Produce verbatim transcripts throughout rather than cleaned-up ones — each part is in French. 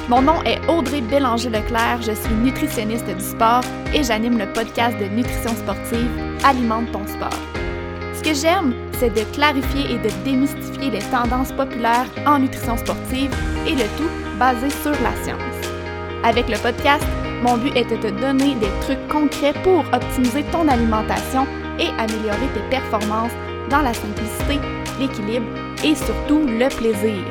Mon nom est Audrey Bélanger-Leclerc, je suis nutritionniste du sport et j'anime le podcast de nutrition sportive Alimente ton sport. Ce que j'aime, c'est de clarifier et de démystifier les tendances populaires en nutrition sportive et le tout basé sur la science. Avec le podcast, mon but est de te donner des trucs concrets pour optimiser ton alimentation et améliorer tes performances dans la simplicité, l'équilibre et surtout le plaisir.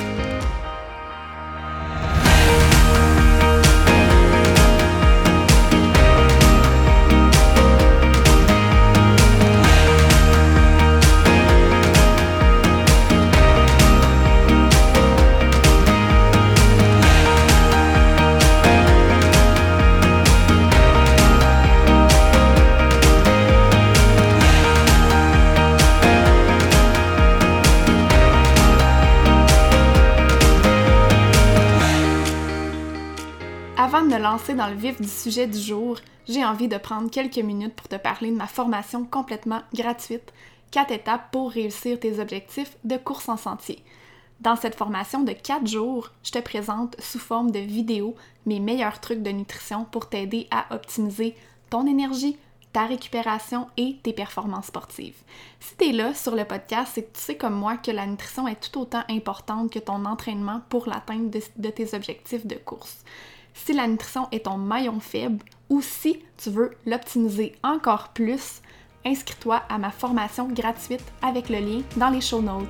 Avant de me lancer dans le vif du sujet du jour, j'ai envie de prendre quelques minutes pour te parler de ma formation complètement gratuite, quatre étapes pour réussir tes objectifs de course en sentier. Dans cette formation de quatre jours, je te présente sous forme de vidéo mes meilleurs trucs de nutrition pour t'aider à optimiser ton énergie, ta récupération et tes performances sportives. Si tu es là sur le podcast, c'est que tu sais comme moi que la nutrition est tout autant importante que ton entraînement pour l'atteinte de, de tes objectifs de course. Si la nutrition est ton maillon faible ou si tu veux l'optimiser encore plus, inscris-toi à ma formation gratuite avec le lien dans les show notes.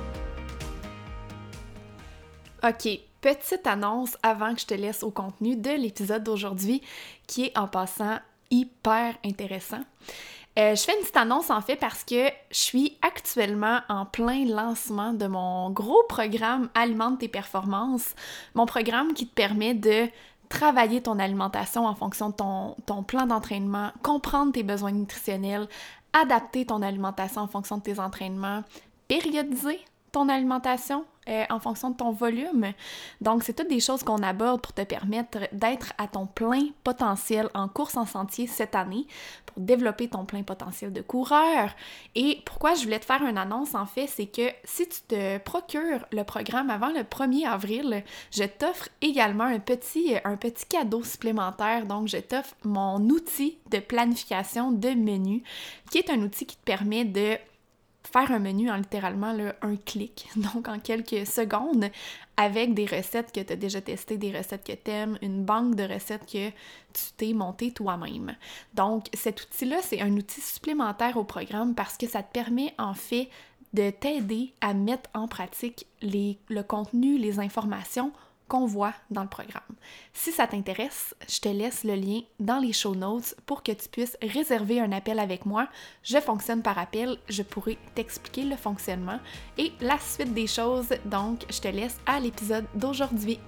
Ok, petite annonce avant que je te laisse au contenu de l'épisode d'aujourd'hui qui est en passant hyper intéressant. Euh, je fais une petite annonce en fait parce que je suis actuellement en plein lancement de mon gros programme Alimente tes performances, mon programme qui te permet de travailler ton alimentation en fonction de ton, ton plan d'entraînement, comprendre tes besoins nutritionnels, adapter ton alimentation en fonction de tes entraînements, périodiser ton alimentation euh, en fonction de ton volume. Donc, c'est toutes des choses qu'on aborde pour te permettre d'être à ton plein potentiel en course en sentier cette année, pour développer ton plein potentiel de coureur. Et pourquoi je voulais te faire une annonce, en fait, c'est que si tu te procures le programme avant le premier avril, je t'offre également un petit, un petit cadeau supplémentaire. Donc, je t'offre mon outil de planification de menu, qui est un outil qui te permet de faire un menu en littéralement là, un clic, donc en quelques secondes, avec des recettes que tu as déjà testées, des recettes que tu aimes, une banque de recettes que tu t'es montée toi-même. Donc, cet outil-là, c'est un outil supplémentaire au programme parce que ça te permet en fait de t'aider à mettre en pratique les, le contenu, les informations qu'on voit dans le programme. Si ça t'intéresse, je te laisse le lien dans les show notes pour que tu puisses réserver un appel avec moi. Je fonctionne par appel, je pourrai t'expliquer le fonctionnement et la suite des choses. Donc, je te laisse à l'épisode d'aujourd'hui.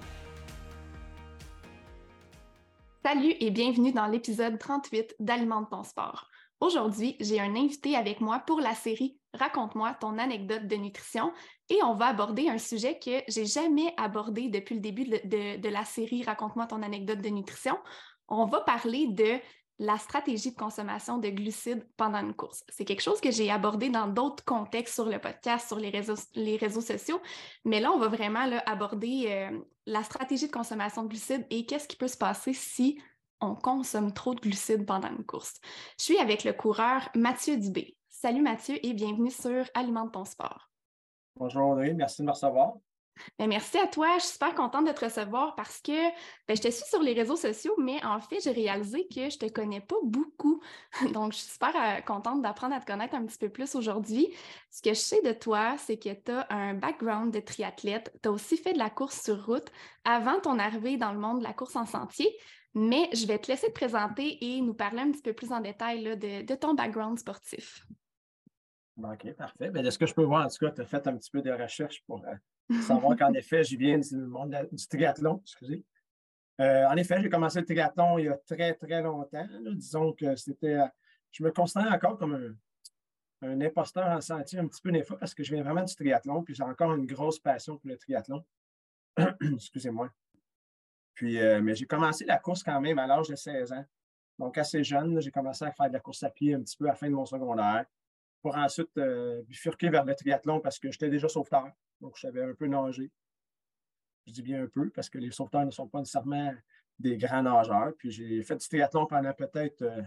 Salut et bienvenue dans l'épisode trente-huit d'Alimente ton sport. Aujourd'hui, j'ai un invité avec moi pour la série Raconte-moi ton anecdote de nutrition et on va aborder un sujet que j'ai jamais abordé depuis le début de, de, de la série Raconte-moi ton anecdote de nutrition. On va parler de la stratégie de consommation de glucides pendant une course. C'est quelque chose que j'ai abordé dans d'autres contextes sur le podcast, sur les réseaux, les réseaux sociaux, mais là, on va vraiment là, aborder euh, la stratégie de consommation de glucides et qu'est-ce qui peut se passer si on consomme trop de glucides pendant une course. Je suis avec le coureur Mathieu Dubé. Salut Mathieu et bienvenue sur Alimente ton sport. Bonjour Audrey, merci de me recevoir. Bien, merci à toi, je suis super contente de te recevoir parce que bien, je te suis sur les réseaux sociaux, mais en fait, j'ai réalisé que je ne te connais pas beaucoup. Donc, je suis super euh, contente d'apprendre à te connaître un petit peu plus aujourd'hui. Ce que je sais de toi, c'est que tu as un background de triathlète. Tu as aussi fait de la course sur route avant ton arrivée dans le monde de la course en sentier. Mais je vais te laisser te présenter et nous parler un petit peu plus en détail là, de, de ton background sportif. OK, parfait. Bien, de ce que je peux voir, en tout cas, tu as fait un petit peu de recherche pour euh, savoir qu'en effet, je viens du monde de, du triathlon. Excusez. Euh, en effet, j'ai commencé le triathlon il y a très, très longtemps. Là. Disons que c'était. Euh, je me considère encore comme un, un imposteur en sentier un petit peu des fois parce que je viens vraiment du triathlon, puis j'ai encore une grosse passion pour le triathlon. Excusez-moi. Puis, euh, mais j'ai commencé la course quand même à l'âge de seize ans. Donc, assez jeune, là, j'ai commencé à faire de la course à pied un petit peu à la fin de mon secondaire pour ensuite euh, bifurquer vers le triathlon parce que j'étais déjà sauveteur. Donc, je savais un peu nager. Je dis bien un peu parce que les sauveteurs ne sont pas nécessairement des grands nageurs. Puis j'ai fait du triathlon pendant peut-être euh,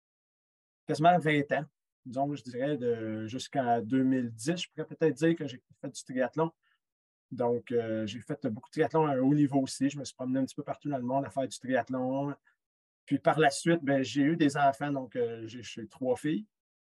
quasiment vingt ans. Disons, je dirais de jusqu'en deux mille dix, je pourrais peut-être dire que j'ai fait du triathlon. Donc, euh, j'ai fait beaucoup de triathlon à un haut niveau aussi. Je me suis promené un petit peu partout dans le monde à faire du triathlon. Puis par la suite, ben, j'ai eu des enfants, donc euh, j'ai j'ai trois filles,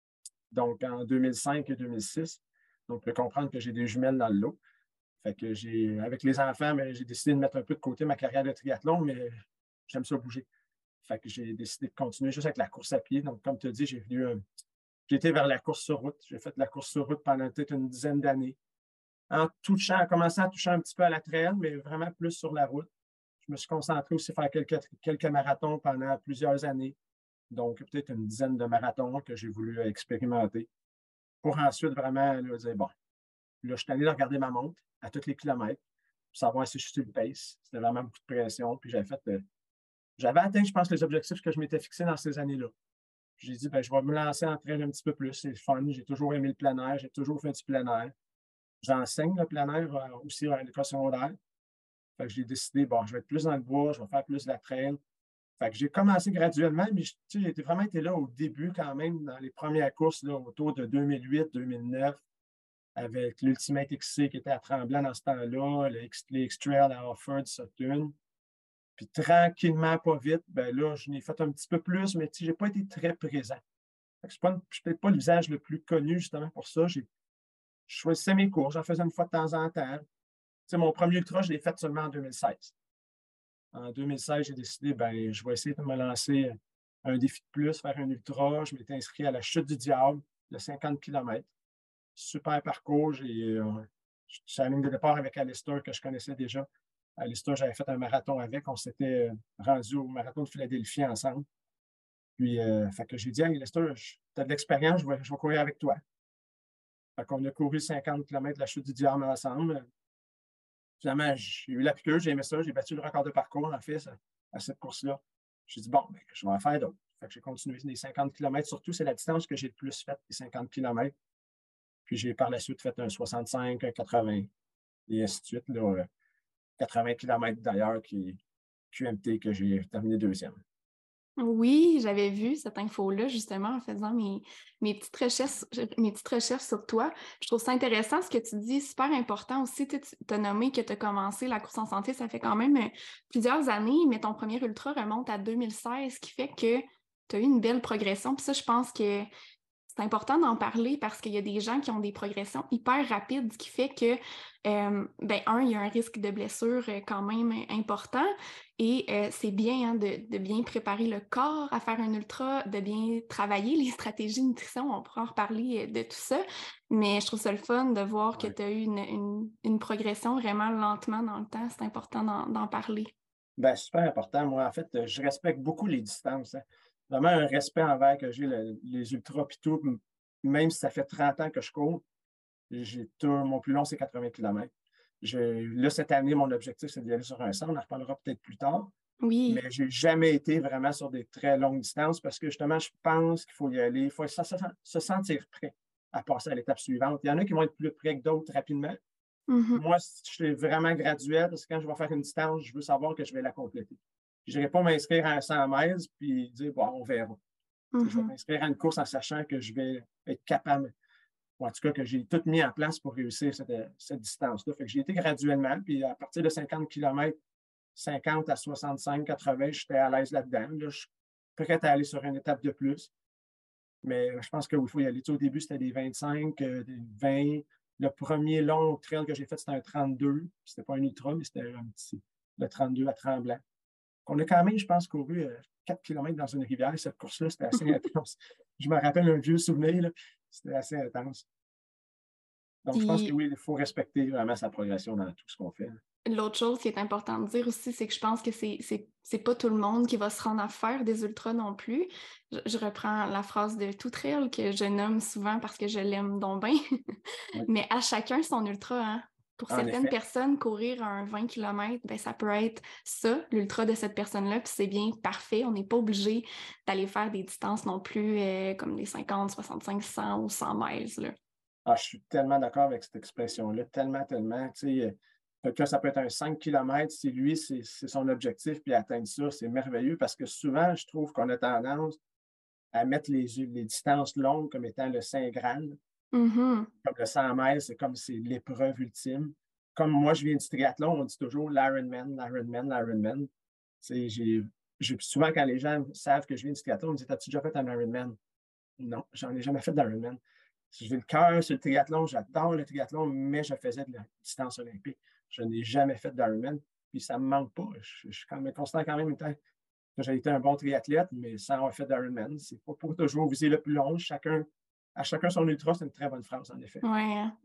donc en deux mille cinq et deux mille six. Donc, vous pouvez comprendre que j'ai des jumelles dans le lot. Fait que j'ai, avec les enfants, ben, j'ai décidé de mettre un peu de côté ma carrière de triathlon, mais j'aime ça bouger. Fait que j'ai décidé de continuer juste avec la course à pied. Donc, comme tu as dit, j'ai venu, euh, j'ai été vers la course sur route. J'ai fait de la course sur route pendant peut-être une dizaine d'années. En touchant, en commençant à toucher un petit peu à la trail, mais vraiment plus sur la route. Je me suis concentré aussi à faire quelques, quelques marathons pendant plusieurs années. Donc, peut-être une dizaine de marathons que j'ai voulu expérimenter pour ensuite vraiment là, dire, bon, là, je suis allé regarder ma montre à tous les kilomètres pour savoir si je suis sur le pace. C'était vraiment beaucoup de pression. Puis j'avais fait, euh, j'avais atteint, je pense, les objectifs que je m'étais fixés dans ces années-là. Puis j'ai dit, ben, je vais me lancer en trail un petit peu plus. C'est le fun. J'ai toujours aimé le plein air. J'ai toujours fait du plein air. J'enseigne le plein air euh, aussi à l'école secondaire. Fait que j'ai décidé, bon, je vais être plus dans le bois, je vais faire plus de la trail. Fait que j'ai commencé graduellement, mais tu sais, j'ai vraiment été là au début quand même, dans les premières courses, là, autour de deux mille huit, deux mille neuf, avec l'Ultimate X C qui était à Tremblant dans ce temps-là, les, X- les X-Trail à Offord, Sutton. Puis tranquillement, pas vite, ben là, je n'ai fait un petit peu plus, mais tu sais, j'ai pas été très présent. Fait que c'est pas, une- je suis peut-être pas le visage le plus connu justement pour ça. J'ai, je choisissais mes courses, j'en faisais une fois de temps en temps. Tu sais, mon premier ultra, je l'ai fait seulement en deux mille seize. En deux mille seize, j'ai décidé, ben, je vais essayer de me lancer un défi de plus, faire un ultra. Je m'étais inscrit à la Chute du Diable, de cinquante kilomètres. Super parcours. J'ai, euh, je suis à la ligne de départ avec Alistair, que je connaissais déjà. Alistair, j'avais fait un marathon avec. On s'était euh, rendu au marathon de Philadelphie ensemble. Puis, euh, fait que j'ai dit, hey, Alistair, tu as de l'expérience, je vais, je vais courir avec toi. Fait qu'on a couru cinquante kilomètres de la Chute du Diable ensemble. Finalement, j'ai eu la piqûre, j'ai aimé ça, j'ai battu le record de parcours, en fait, à, à cette course-là. J'ai dit, bon, ben, je vais en faire d'autres. Fait que j'ai continué les cinquante kilomètres. Surtout, c'est la distance que j'ai le plus faite, les cinquante kilomètres. Puis j'ai par la suite fait un soixante-cinq, un quatre-vingts, et ainsi de suite. Là, quatre-vingts kilomètres d'ailleurs, qui est Q M T, que j'ai terminé deuxième. Oui, j'avais vu cette info-là justement en faisant mes, mes petites recherches, mes petites recherches sur toi. Je trouve ça intéressant ce que tu dis, super important aussi. Tu as nommé que tu as commencé la course en santé, ça fait quand même euh, plusieurs années, mais ton premier ultra remonte à deux mille seize, ce qui fait que tu as eu une belle progression. Puis ça, je pense que c'est important d'en parler parce qu'il y a des gens qui ont des progressions hyper rapides, ce qui fait que, euh, ben, un, il y a un risque de blessure euh, quand même important et euh, c'est bien hein, de, de bien préparer le corps à faire un ultra, de bien travailler les stratégies de nutrition, on pourra en reparler euh, de tout ça, mais je trouve ça le fun de voir que Ouais. tu as eu une, une, une progression vraiment lentement dans le temps, c'est important d'en, d'en parler. Ben, super important. Moi, en fait, je respecte beaucoup les distances. Hein. Vraiment un respect envers que j'ai le- les ultras pis tout, m- même si ça fait trente ans que je cours. J'ai tout, mon plus long, c'est quatre-vingts kilomètres. Là, cette année, mon objectif, c'est d'y aller sur un cent. On en reparlera peut-être plus tard. Mais Oui. je n'ai jamais été vraiment sur des très longues distances parce que justement, je pense qu'il faut y aller. Il faut se, se- se sentir prêt à passer à l'étape suivante. Il y en a qui vont être plus prêts que d'autres rapidement. Mhm. Moi, je suis vraiment graduel parce que quand je vais faire une distance, je veux savoir que je vais la compléter. Je n'irai pas m'inscrire à un cent mètres puis dire, bon, on verra. Tu sais, je vais Mhm. m'inscrire à une course en sachant que je vais être capable, ou en tout cas que j'ai tout mis en place pour réussir cette, cette distance-là. Fait que j'ai été graduellement, puis à partir de cinquante kilomètres, cinquante à soixante-cinq, quatre-vingts, j'étais à l'aise là-dedans. Là, je suis prêt à aller sur une étape de plus. Mais je pense qu'il faut y aller. Tu sais, au début, c'était des vingt-cinq, euh, des vingt. Le premier long trail que j'ai fait, c'était un trente-deux. C'était pas un ultra, mais c'était un petit, le trente-deux à Tremblant. On a quand même, je pense, couru euh, quatre kilomètres dans une rivière. Cette course-là, c'était assez intense. Je me rappelle un vieux souvenir, là. C'était assez intense. Donc, je pense que Puis oui, il faut respecter vraiment sa progression dans tout ce qu'on fait. l'autre chose qui est important de dire aussi, c'est que je pense que c'est, c'est, c'est pas tout le monde qui va se rendre à faire des ultras non plus. Je, je reprends la phrase de Tout Trail que je nomme souvent parce que je l'aime donc bien. Oui, Mais à chacun son ultra, hein. Pour en certaines effet. personnes, courir un vingt kilomètres, ben, ça peut être ça, l'ultra de cette personne-là, puis c'est bien parfait. On n'est pas obligé d'aller faire des distances non plus euh, comme des cinquante, soixante-cinq, cent ou cent miles, là. Ah, je suis tellement d'accord avec cette expression-là, tellement, tellement. Tu sais, Quelqu'un, ça peut être un cinq kilomètres. Si lui, c'est c'est son objectif, puis atteindre ça, c'est merveilleux parce que souvent, je trouve qu'on a tendance à mettre les, les distances longues comme étant le Saint Graal. Mhm. Comme le cent mètres, c'est comme c'est l'épreuve ultime. Comme moi, je viens du triathlon, on dit toujours l'Ironman, l'Ironman, l'Ironman. C'est, j'ai, j'ai, souvent, quand les gens savent que je viens du triathlon, on me dit: T'as-tu déjà fait un Ironman? Non, j'en ai jamais fait d'Ironman. J'ai le cœur sur le triathlon, j'adore le triathlon, mais je faisais de la distance olympique. Je n'ai jamais fait d'Ironman, puis ça ne me manque pas. Je, je suis quand même constant quand même étant que j'ai été un bon triathlète, mais sans avoir fait d'Ironman. C'est pas pour toujours viser le plus long. Chacun, à chacun son ultra, c'est une très bonne phrase, en effet. Ouais. Hein.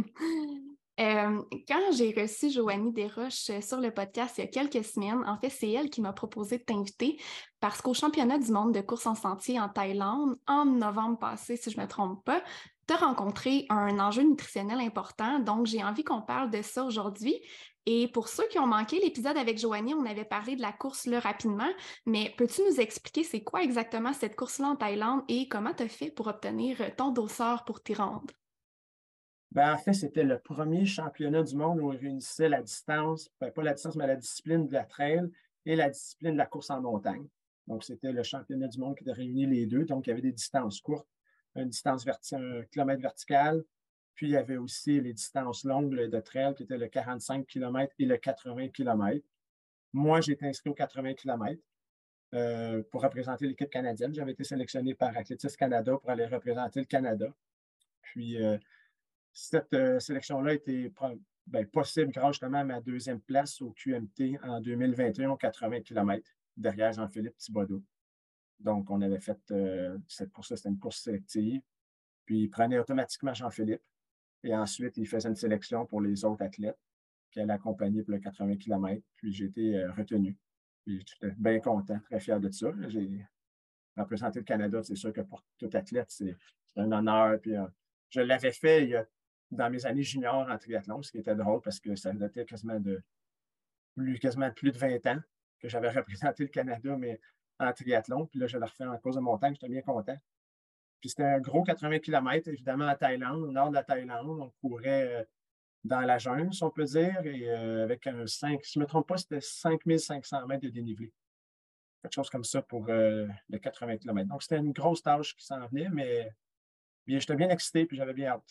Euh, quand j'ai reçu Joanie Desroches euh, sur le podcast il y a quelques semaines, en fait, c'est elle qui m'a proposé de t'inviter parce qu'au championnat du monde de course en sentier en Thaïlande, en novembre passé, si je ne me trompe pas, tu as rencontré un enjeu nutritionnel important. Donc, j'ai envie qu'on parle de ça aujourd'hui. Et pour ceux qui ont manqué l'épisode avec Joanie, on avait parlé de la course là rapidement, mais peux-tu nous expliquer c'est quoi exactement cette course-là en Thaïlande et comment tu as fait pour obtenir ton dossard pour t'y rendre? Ben, en fait, c'était le premier championnat du monde où on réunissait la distance, ben, pas la distance, mais la discipline de la trail et la discipline de la course en montagne. Donc, c'était le championnat du monde qui a réuni les deux. Donc, il y avait des distances courtes, une distance verti un kilomètre vertical, puis il y avait aussi les distances longues de trail qui étaient le quarante-cinq kilomètres et le quatre-vingts kilomètres. Moi, j'ai été inscrit au quatre-vingts kilomètres euh, pour représenter l'équipe canadienne. J'avais été sélectionné par Athlétisme Canada pour aller représenter le Canada. Puis, euh, cette euh, sélection-là était ben, possible grâce justement à ma deuxième place au Q M T en deux mille vingt et un au quatre-vingts kilomètres, derrière Jean-Philippe Thibodeau. Donc, on avait fait euh, cette course-là, c'était une course sélective. Puis, il prenait automatiquement Jean-Philippe. Et ensuite, il faisait une sélection pour les autres athlètes qui allaient accompagner pour le quatre-vingts kilomètres. Puis, j'ai été euh, retenu. Puis, j'étais bien content, très fier de ça. J'ai représenté le Canada. C'est sûr que pour tout athlète, c'est un honneur. Puis, euh, je l'avais fait il y a dans mes années juniors en triathlon, ce qui était drôle parce que ça datait quasiment de plus, quasiment plus de vingt ans que j'avais représenté le Canada, mais en triathlon. Puis là, je l'ai refait en course de montagne, j'étais bien content. Puis c'était un gros quatre-vingts kilomètres, évidemment, en Thaïlande, au nord de la Thaïlande. On courait euh, dans la jungle, si on peut dire, et euh, avec un cinq, si je ne me trompe pas, c'était cinq mille cinq cents mètres de dénivelé. Quelque chose comme ça pour euh, le quatre-vingts kilomètres. Donc, c'était une grosse tâche qui s'en venait, mais bien, j'étais bien excité, puis j'avais bien hâte.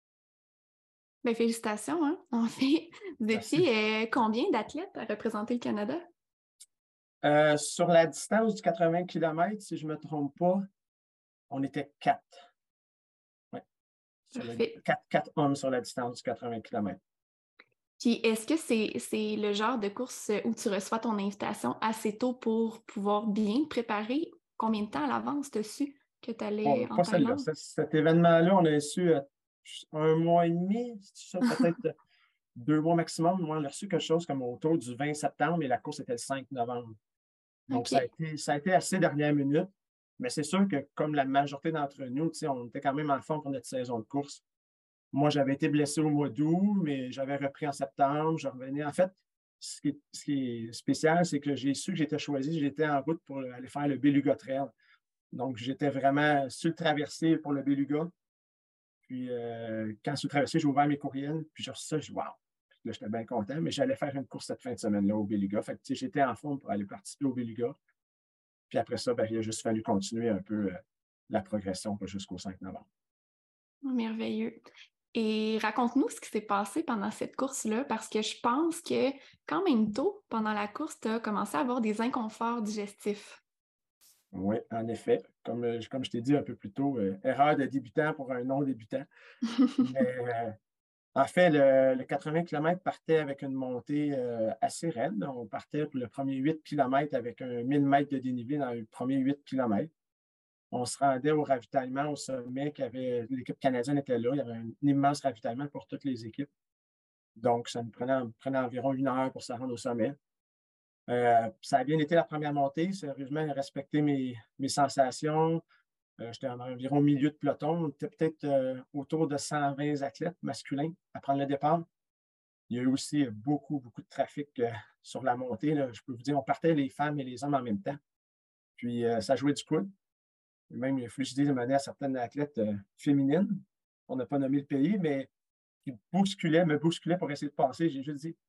Ben, félicitations, hein? En fait, vous Merci. étiez euh, combien d'athlètes à représenter le Canada? Euh, sur la distance du quatre-vingts kilomètres, si je ne me trompe pas, on était quatre. Ouais. Sur le, Parfait. quatre, quatre hommes sur la distance du quatre-vingts kilomètres. Puis est-ce que c'est c'est le genre de course où tu reçois ton invitation assez tôt pour pouvoir bien te préparer? Combien de temps à l'avance tu as su que tu allais Bon, en pas celle-là. Thaïlande? Cet, cet événement-là, on a su euh, un mois et demi, ça, peut-être euh, deux mois maximum. Moi, on a reçu quelque chose comme autour du vingt septembre et la course était le cinq novembre. Donc, ça a OK. été, ça a été assez dernière minute. Mais c'est sûr que, comme la majorité d'entre nous, on était quand même en forme pour notre saison de course. Moi, j'avais été blessé au mois d'août, mais j'avais repris en septembre. Je revenais. En fait, ce qui est, ce qui est spécial, c'est que j'ai su que j'étais choisi. J'étais en route pour aller faire le Beluga Trail. Donc, j'étais vraiment sur le traversé pour le Beluga. Puis, euh, quand sur le traversé, j'ai ouvert mes courriels. Puis, j'ai reçu ça. Je dis, wow! Puis là, j'étais bien content. Mais j'allais faire une course cette fin de semaine-là au Beluga. Fait que, tu sais, j'étais en forme pour aller participer au Beluga. Puis après ça, ben, il a juste fallu continuer un peu euh, la progression jusqu'au cinq novembre. Merveilleux. Et raconte-nous ce qui s'est passé pendant cette course-là, parce que je pense que quand même tôt, pendant la course, tu as commencé à avoir des inconforts digestifs. Oui, en effet. Comme, euh, comme je t'ai dit un peu plus tôt, euh, erreur de débutant pour un non-débutant. Mais euh, en fait, le, le quatre-vingts kilomètres partait avec une montée euh, assez raide. On partait pour le premier huit kilomètres avec un mille mètres de dénivelé dans le premier huit kilomètres. On se rendait au ravitaillement au sommet, qui avait, l'équipe canadienne était là. Il y avait un immense ravitaillement pour toutes les équipes. Donc, ça nous prenait, prenait environ une heure pour se rendre au sommet. Euh, ça a bien été la première montée. Sérieusement, j'ai respecté mes, mes sensations. Euh, j'étais en environ au milieu de peloton. On était peut-être euh, autour de cent vingt athlètes masculins à prendre le départ. Il y a eu aussi beaucoup, beaucoup de trafic euh, sur la montée. Là. Je peux vous dire, on partait les femmes et les hommes en même temps. Puis, euh, ça jouait du coude. Même, il a fallu que je dise à certaines athlètes euh, féminines. On n'a pas nommé le pays, mais qui bousculaient, me bousculaient pour essayer de passer. J'ai juste dit,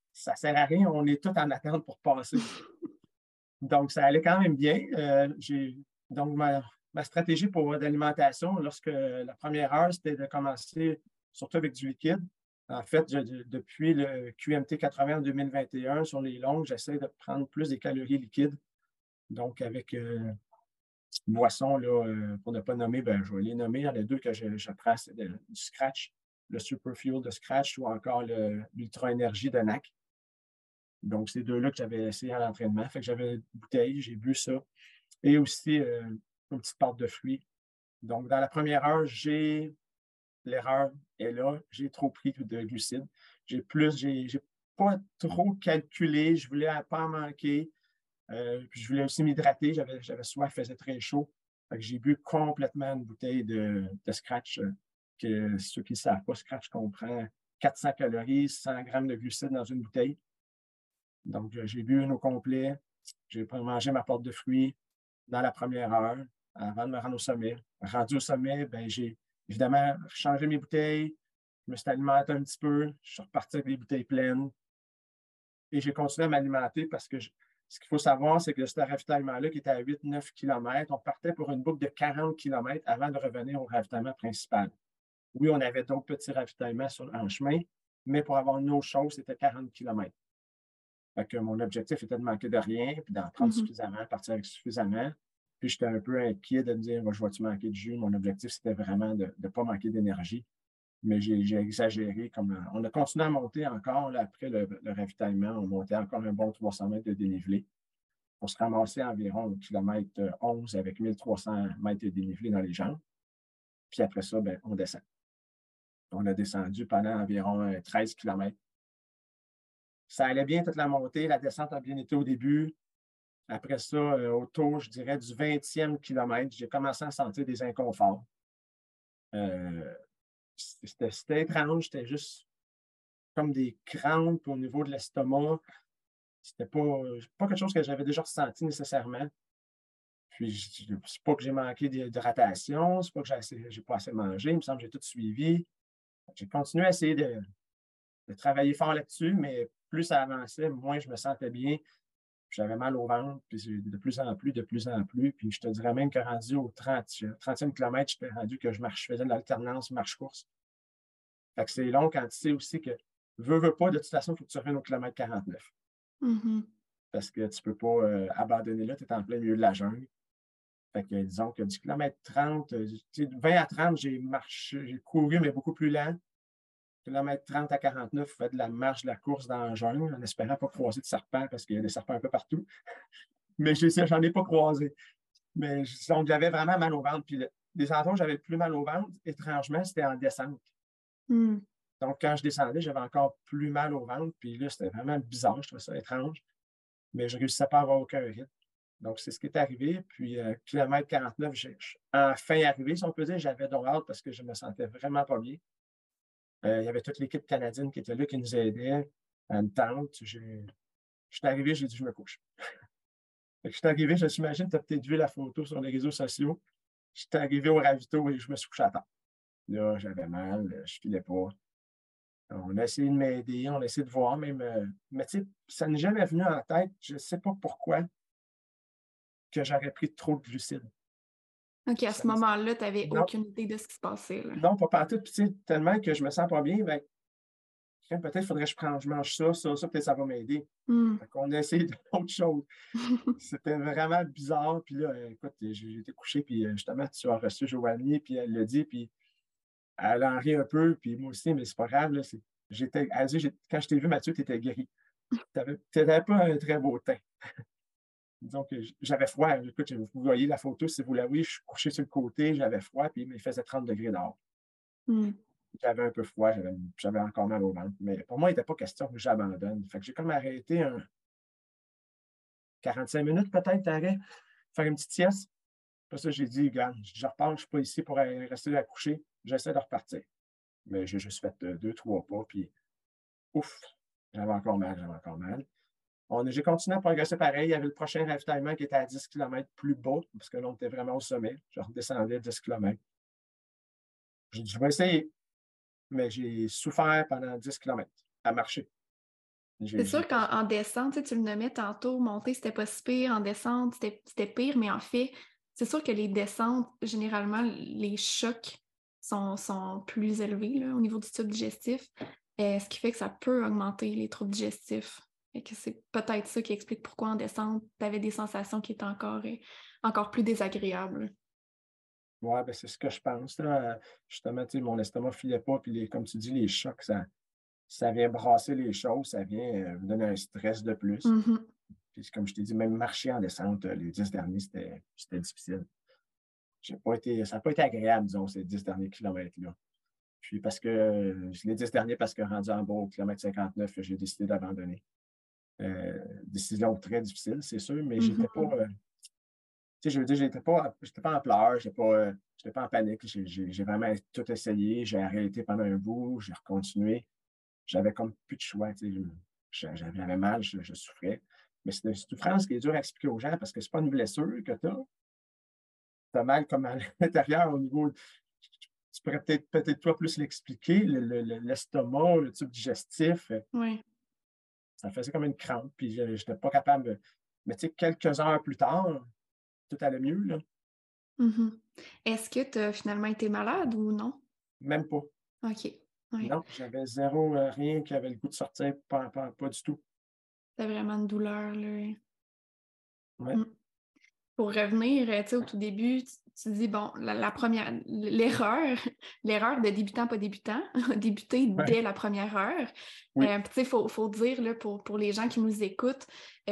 ça ne sert à rien, on est tous en attente pour passer. Donc, ça allait quand même bien. Euh, j'ai, donc, ma, ma stratégie pour l'alimentation, lorsque la première heure, c'était de commencer surtout avec du liquide. En fait, je- depuis le Q M T quatre-vingts en deux mille vingt et un, sur les longues, j'essaie de prendre plus des calories liquides. Donc, avec euh, une boisson, là, euh, pour ne pas nommer, ben, je vais les nommer. Il y en a deux que je, je prends, c'est de- du Scratch, le Super Fuel de Scratch ou encore le- l'Ultra Énergie de N A C. Donc, c'est deux-là que j'avais essayé à l'entraînement. Fait que j'avais une bouteille, j'ai bu ça. Et aussi euh, une petite pâte de fruits. Donc, dans la première heure, j'ai l'erreur est là, j'ai trop pris de glucides. J'ai plus, j'ai, j'ai pas trop calculé, je voulais pas en manquer. Euh, puis je voulais aussi m'hydrater, j'avais, j'avais soif, il faisait très chaud. Fait que j'ai bu complètement une bouteille de, de Scratch. euh, que ceux qui ne savent pas, Scratch comprend quatre cents calories, cent grammes de glucides dans une bouteille. Donc, euh, j'ai bu une au complet. J'ai mangé ma pâte de fruits dans la première heure avant de me rendre au sommet. Rendu au sommet, ben, j'ai évidemment changé mes bouteilles. Je me suis alimenté un petit peu. Je suis reparti avec les bouteilles pleines. Et j'ai continué à m'alimenter parce que je- ce qu'il faut savoir, c'est que ce ravitaillement-là, qui était à huit neuf kilomètres, on partait pour une boucle de quarante kilomètres avant de revenir au ravitaillement principal. Oui, on avait d'autres petits ravitaillements sur, en chemin, mais pour avoir une autre chose, c'était quarante kilomètres. Fait que mon objectif était de manquer de rien, puis d'en prendre Mhm. suffisamment, partir avec suffisamment. Puis j'étais un peu inquiet de me dire, je vais-tu manquer de jus? Mon objectif, c'était vraiment de ne pas manquer d'énergie. Mais j'ai, j'ai exagéré. Comme, euh, on a continué à monter encore là, après le, le ravitaillement. On montait encore un bon trois cents mètres de dénivelé pour se ramasser environ au kilomètre onze avec mille trois cents mètres de dénivelé dans les jambes. Puis après ça, ben, on descend. On a descendu pendant environ euh, treize kilomètres. Ça allait bien toute la montée. La descente a bien été au début. Après ça, euh, autour, je dirais, du vingtième kilomètre, j'ai commencé à sentir des inconforts. Euh, c'était, c'était étrange, c'était juste comme des crampes au niveau de l'estomac. C'était pas, pas quelque chose que j'avais déjà ressenti nécessairement. Puis, je- c'est pas que j'ai manqué d'hydratation, c'est pas que j'ai, assez- j'ai pas assez mangé, il me semble que j'ai tout suivi. J'ai continué à essayer de, de travailler fort là-dessus, mais plus ça avançait, moins je me sentais bien. J'avais mal au ventre, puis de plus en plus, de plus en plus. Puis je te dirais même que rendu au trente, trentième kilomètre, j'étais rendu que je marche, je faisais de l'alternance marche-course. Fait que c'est long quand tu sais aussi que veux, veux pas, de toute façon, il faut que tu reviennes au kilomètre quarante-neuf. Mhm. Parce que tu peux pas euh, abandonner là, tu es en plein milieu de la jungle. Fait que disons que du kilomètre trente, euh, tu sais, vingt à trente, j'ai marché, j'ai couru, mais beaucoup plus lent. Kilomètre trente à quarante-neuf, je fais de la marche, de la course dans la jungle, en espérant pas croiser de serpents parce qu'il y a des serpents un peu partout. Mais je sais, j'en ai pas croisé. Mais donc, j'avais vraiment mal au ventre. Puis le- les endroits où j'avais le plus mal au ventre, étrangement, c'était en descente. Mm. Donc, quand je descendais, j'avais encore plus mal au ventre. Puis là, c'était vraiment bizarre. Je trouvais ça étrange. Mais je ne réussissais pas à avoir aucun rythme. Donc, c'est ce qui est arrivé. Puis, euh, kilomètre quarante-neuf, j'ai enfin arrivé, si on peut dire. J'avais donc hâte parce que je me sentais vraiment pas bien. Euh, il y avait toute l'équipe canadienne qui était là, qui nous aidait à une tente. J'ai- Je suis arrivé, j'ai dit, je me couche. Fait que je suis arrivé, je t'imagine, tu as peut-être vu la photo sur les réseaux sociaux. Je suis arrivé au ravito et je me suis couché à terre. Là, j'avais mal, euh, je ne filais pas. On a essayé de m'aider, on a essayé de voir, même. euh, mais tu sais, ça n'est jamais venu en tête, je ne sais pas pourquoi, que j'aurais pris trop de glucides. OK, à Ça ce me- moment-là, tu avais non, aucune idée de ce qui se passait, là. non, pas partout. Puis tu sais, tellement que je me sens pas bien, ben, tiens, peut-être faudrait que je, prenne, je mange ça, ça, ça, peut-être ça va m'aider. Mm. Fait qu'on a essayé d'autres choses. C'était vraiment bizarre. Puis là, euh, écoute, j'ai j'ai été couché, puis euh, justement, tu as reçu Joanie, puis elle l'a dit, puis elle en rit un peu, puis moi aussi, mais c'est pas grave. Là, c'est- j'étais, elle dit, j'ai- quand je t'ai vu, Mathieu, tu étais guéri. Tu n'avais pas un très beau teint. Disons que j- j'avais froid. Écoute, vous voyez la photo, si vous la voyez, je suis couché sur le côté, j'avais froid, puis il faisait trente degrés dehors. Mm. J'avais un peu froid, j'avais j'avais encore mal au ventre. Mais pour moi, il n'était pas question que j'abandonne. Fait que j'ai comme arrêté un quarante-cinq minutes peut-être d'arrêt, faire une petite sieste. Pour ça, j'ai dit, regarde, je repars, je ne suis pas ici pour aller rester à coucher. J'essaie de repartir. Mais j'ai juste fait euh, deux, trois pas, puis ouf, j'avais encore mal, j'avais encore mal. On a- j'ai continué à progresser pareil. Il y avait le prochain ravitaillement qui était à dix kilomètres plus bas, parce que là, on était vraiment au sommet. Je redescendais dix kilomètres. J'ai dit, je vais essayer, mais j'ai souffert pendant dix kilomètres à marcher. J'ai, C'est j'ai sûr pas... qu'en en descente, tu sais, tu le nommais tantôt, monter, c'était pas si pire, en descente, c'était c'était pire, mais en fait, c'est sûr que les descentes, généralement, les chocs sont, sont plus élevés là, au niveau du tube digestif, euh, ce qui fait que ça peut augmenter les troubles digestifs. Et que c'est peut-être ça qui explique pourquoi en descente, tu avais des sensations qui étaient encore, euh, encore plus désagréables. Ouais, ben c'est ce que je pense, là. Euh, Justement, tu sais, mon estomac filait pas, puis les, comme tu dis, les chocs, ça, ça vient brasser les choses, ça vient euh, me donner un stress de plus. Mhm. Puis comme je t'ai dit, même marcher en descente, euh, les dix derniers, c'était c'était difficile. J'ai pas été, ça n'a pas été agréable, disons, ces dix derniers kilomètres-là. Puis parce que euh, les dix derniers, parce que rendu en bas au kilomètre cinquante-neuf, j'ai décidé d'abandonner. Euh, décision très difficile, c'est sûr, mais j'étais pas. Mhm. euh, tu sais, je veux dire, j'étais pas, j'étais pas en pleurs, j'étais pas, euh, j'étais pas en panique. J'ai j'ai- j'ai vraiment tout essayé. J'ai arrêté pendant un bout, j'ai recontinué. J'avais comme plus de choix. Tu sais, je- j'avais j'avais mal, je, je souffrais. Mais c'est une souffrance qui est dure à expliquer aux gens parce que c'est pas une blessure que tu as. Tu as mal comme à l'intérieur au niveau. Tu pourrais peut-être peut-être toi plus l'expliquer, le- le- le- l'estomac, le tube digestif. euh, Ouais. Ça faisait comme une crampe, puis je n'étais pas capable de. Mais tu sais, quelques heures plus tard, tout allait mieux, là. Mhm. Est-ce que tu as finalement été malade ou non? Même pas. OK. Ouais. Non, j'avais zéro, euh, rien qui avait le goût de sortir, pas, pas, pas du tout. C'était vraiment une douleur, là. Ouais, Mm. Pour revenir, euh, tu sais, au tout début, tu, tu dis, bon, la, la première, l'erreur, l'erreur de débutant, pas débutant, a débuté ouais, dès la première heure. oui. Euh, puis, tu sais, il faut, faut dire, là, pour, pour les gens qui nous écoutent,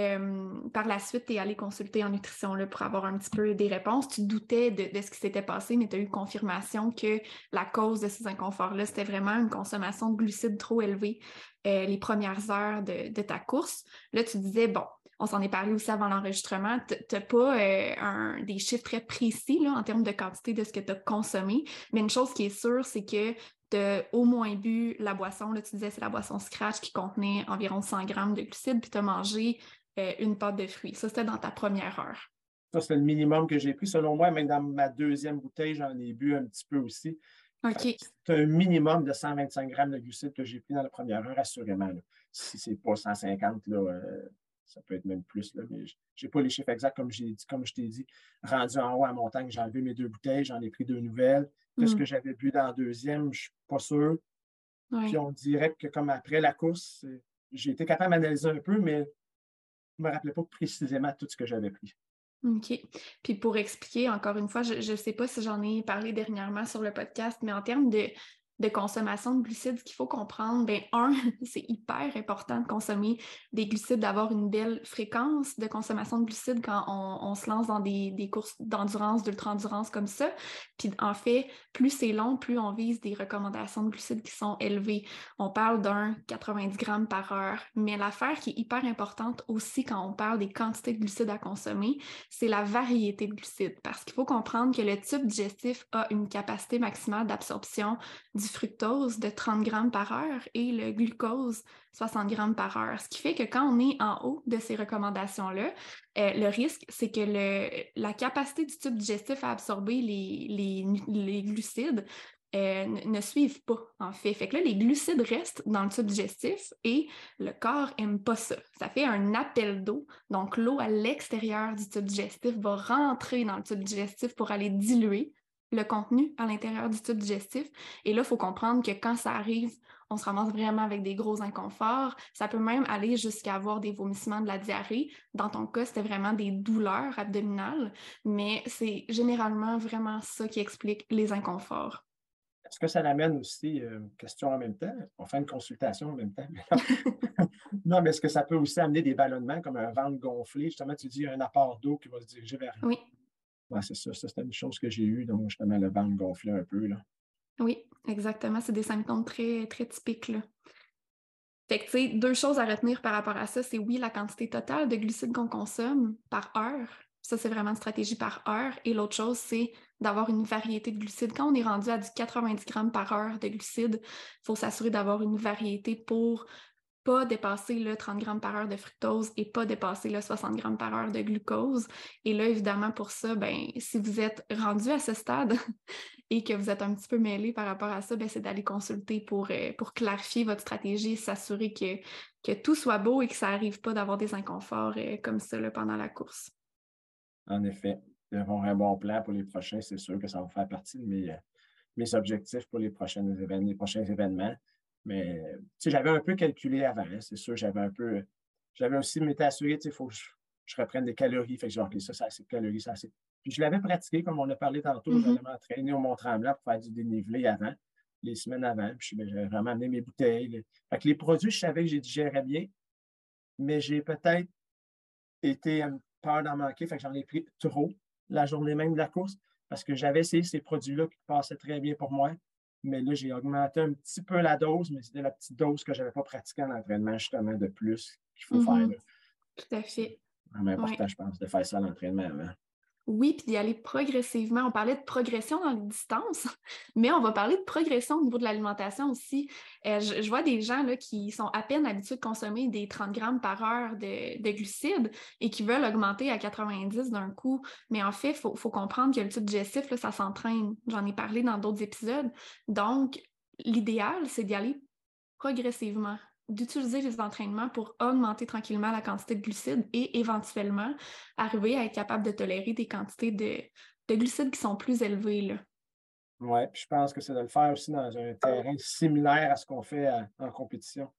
euh, par la suite, tu es allé consulter en nutrition, là, pour avoir un petit peu des réponses. Tu doutais de, de ce qui s'était passé, mais tu as eu confirmation que la cause de ces inconforts-là, c'était vraiment une consommation de glucides trop élevée, euh, les premières heures de, de ta course. Là, tu disais, bon, on s'en est parlé aussi avant l'enregistrement, tu n'as pas euh, un, des chiffres très précis là, en termes de quantité de ce que tu as consommé, mais une chose qui est sûre, c'est que tu as au moins bu la boisson, là, tu disais c'est la boisson Scratch qui contenait environ cent grammes de glucides, puis tu as mangé euh, une pâte de fruits. Ça, c'était dans ta première heure. Ça, c'est le minimum que j'ai pris. Selon moi, même dans ma deuxième bouteille, j'en ai bu un petit peu aussi. Fait que OK. c'est un minimum de cent vingt-cinq grammes de glucides que j'ai pris dans la première heure, assurément, là. Si c'est pas cent cinquante, là, euh, ça peut être même plus, là, mais je n'ai pas les chiffres exacts, comme j'ai dit, comme je t'ai dit. Rendu en haut à la montagne, j'ai enlevé mes deux bouteilles, j'en ai pris deux nouvelles. Qu'est-ce que Mm. j'avais bu dans la deuxième, je ne suis pas sûr. Puis Ouais. on dirait que comme après la course, euh, j'ai été capable d'analyser un peu, mais je ne me rappelais pas précisément tout ce que j'avais pris. OK. Puis pour expliquer, encore une fois, je ne sais pas si j'en ai parlé dernièrement sur le podcast, mais en termes de, de consommation de glucides, ce qu'il faut comprendre, ben un, c'est hyper important de consommer des glucides, d'avoir une belle fréquence de consommation de glucides quand on, on se lance dans des, des courses d'endurance, d'ultra-endurance comme ça. Puis en fait, plus c'est long, plus on vise des recommandations de glucides qui sont élevées. On parle d'un quatre-vingt-dix grammes par heure. Mais l'affaire qui est hyper importante aussi quand on parle des quantités de glucides à consommer, c'est la variété de glucides. Parce qu'il faut comprendre que le tube digestif a une capacité maximale d'absorption du fructose de trente grammes par heure et le glucose soixante grammes par heure. Ce qui fait que quand on est en haut de ces recommandations-là, euh, le risque, c'est que le, la capacité du tube digestif à absorber les, les, les glucides euh, ne, ne suivent pas, en fait. Fait que là, les glucides restent dans le tube digestif et le corps aime pas ça. Ça fait un appel d'eau. Donc, l'eau à l'extérieur du tube digestif va rentrer dans le tube digestif pour aller diluer le contenu à l'intérieur du tube digestif. Et là, il faut comprendre que quand ça arrive, on se ramasse vraiment avec des gros inconforts. Ça peut même aller jusqu'à avoir des vomissements, de la diarrhée. Dans ton cas, c'était vraiment des douleurs abdominales, mais c'est généralement vraiment ça qui explique les inconforts. Est-ce que ça l'amène aussi, euh, une question en même temps? On fait une consultation en même temps. Non, mais est-ce que ça peut aussi amener des ballonnements comme un ventre gonflé? Justement, tu dis un apport d'eau qui va se diriger vers. Oui, Ouais, c'est ça, ça c'était une chose que j'ai eue, donc justement le ventre gonflé un peu, là. oui, exactement. C'est des symptômes très, très typiques, là. Fait que, tu sais, deux choses à retenir par rapport à ça, c'est oui, la quantité totale de glucides qu'on consomme par heure. Ça, c'est vraiment une stratégie par heure. Et l'autre chose, c'est d'avoir une variété de glucides. Quand on est rendu à du quatre-vingt-dix grammes par heure de glucides, il faut s'assurer d'avoir une variété pour pas dépasser le trente grammes par heure de fructose et pas dépasser le soixante grammes par heure de glucose. Et là, évidemment, pour ça, ben, si vous êtes rendu à ce stade et que vous êtes un petit peu mêlé par rapport à ça, ben, c'est d'aller consulter pour, euh, pour clarifier votre stratégie, s'assurer que, que tout soit beau et que ça n'arrive pas d'avoir des inconforts euh, comme ça là, pendant la course. En effet, d'avoir un bon plan pour les prochains, c'est sûr que ça va faire partie de mes, euh, mes objectifs pour les prochaines évén les prochains événements. Mais, tu sais, j'avais un peu calculé avant, hein, c'est sûr, j'avais un peu j'avais aussi m'étais assuré, tu sais, il faut que je je reprenne des calories. Fait que j'ai dit: «OK, ça, c'est assez de calories, c'est assez». Puis je l'avais pratiqué, comme on a parlé tantôt, Mhm. j'allais m'entraîner au Mont-Tremblant pour faire du dénivelé avant, les semaines avant. Puis ben, j'avais vraiment amené mes bouteilles, les fait que les produits, je savais que je les digérais bien, mais j'ai peut-être été une peur d'en manquer, fait que j'en ai pris trop la journée même de la course parce que j'avais essayé ces produits-là qui passaient très bien pour moi. Mais là, j'ai augmenté un petit peu la dose, mais c'était la petite dose que je n'avais pas pratiquée en entraînement, justement, de plus qu'il faut faire, Mhm. là. Tout à C'est fait. vraiment Ouais. important, je pense, de faire ça à l'entraînement avant. Oui, puis d'y aller progressivement. On parlait de progression dans les distances, mais on va parler de progression au niveau de l'alimentation aussi. Euh, je, je vois des gens là, qui sont à peine habitués de consommer des trente grammes par heure de, de glucides et qui veulent augmenter à quatre-vingt-dix d'un coup. Mais en fait, il faut, faut comprendre que le tube digestif, là, ça s'entraîne. J'en ai parlé dans d'autres épisodes. Donc, l'idéal, c'est d'y aller progressivement, d'utiliser les entraînements pour augmenter tranquillement la quantité de glucides et éventuellement arriver à être capable de tolérer des quantités de, de glucides qui sont plus élevées, là. Oui, puis je pense que c'est de le faire aussi dans un terrain similaire à ce qu'on fait à- en compétition.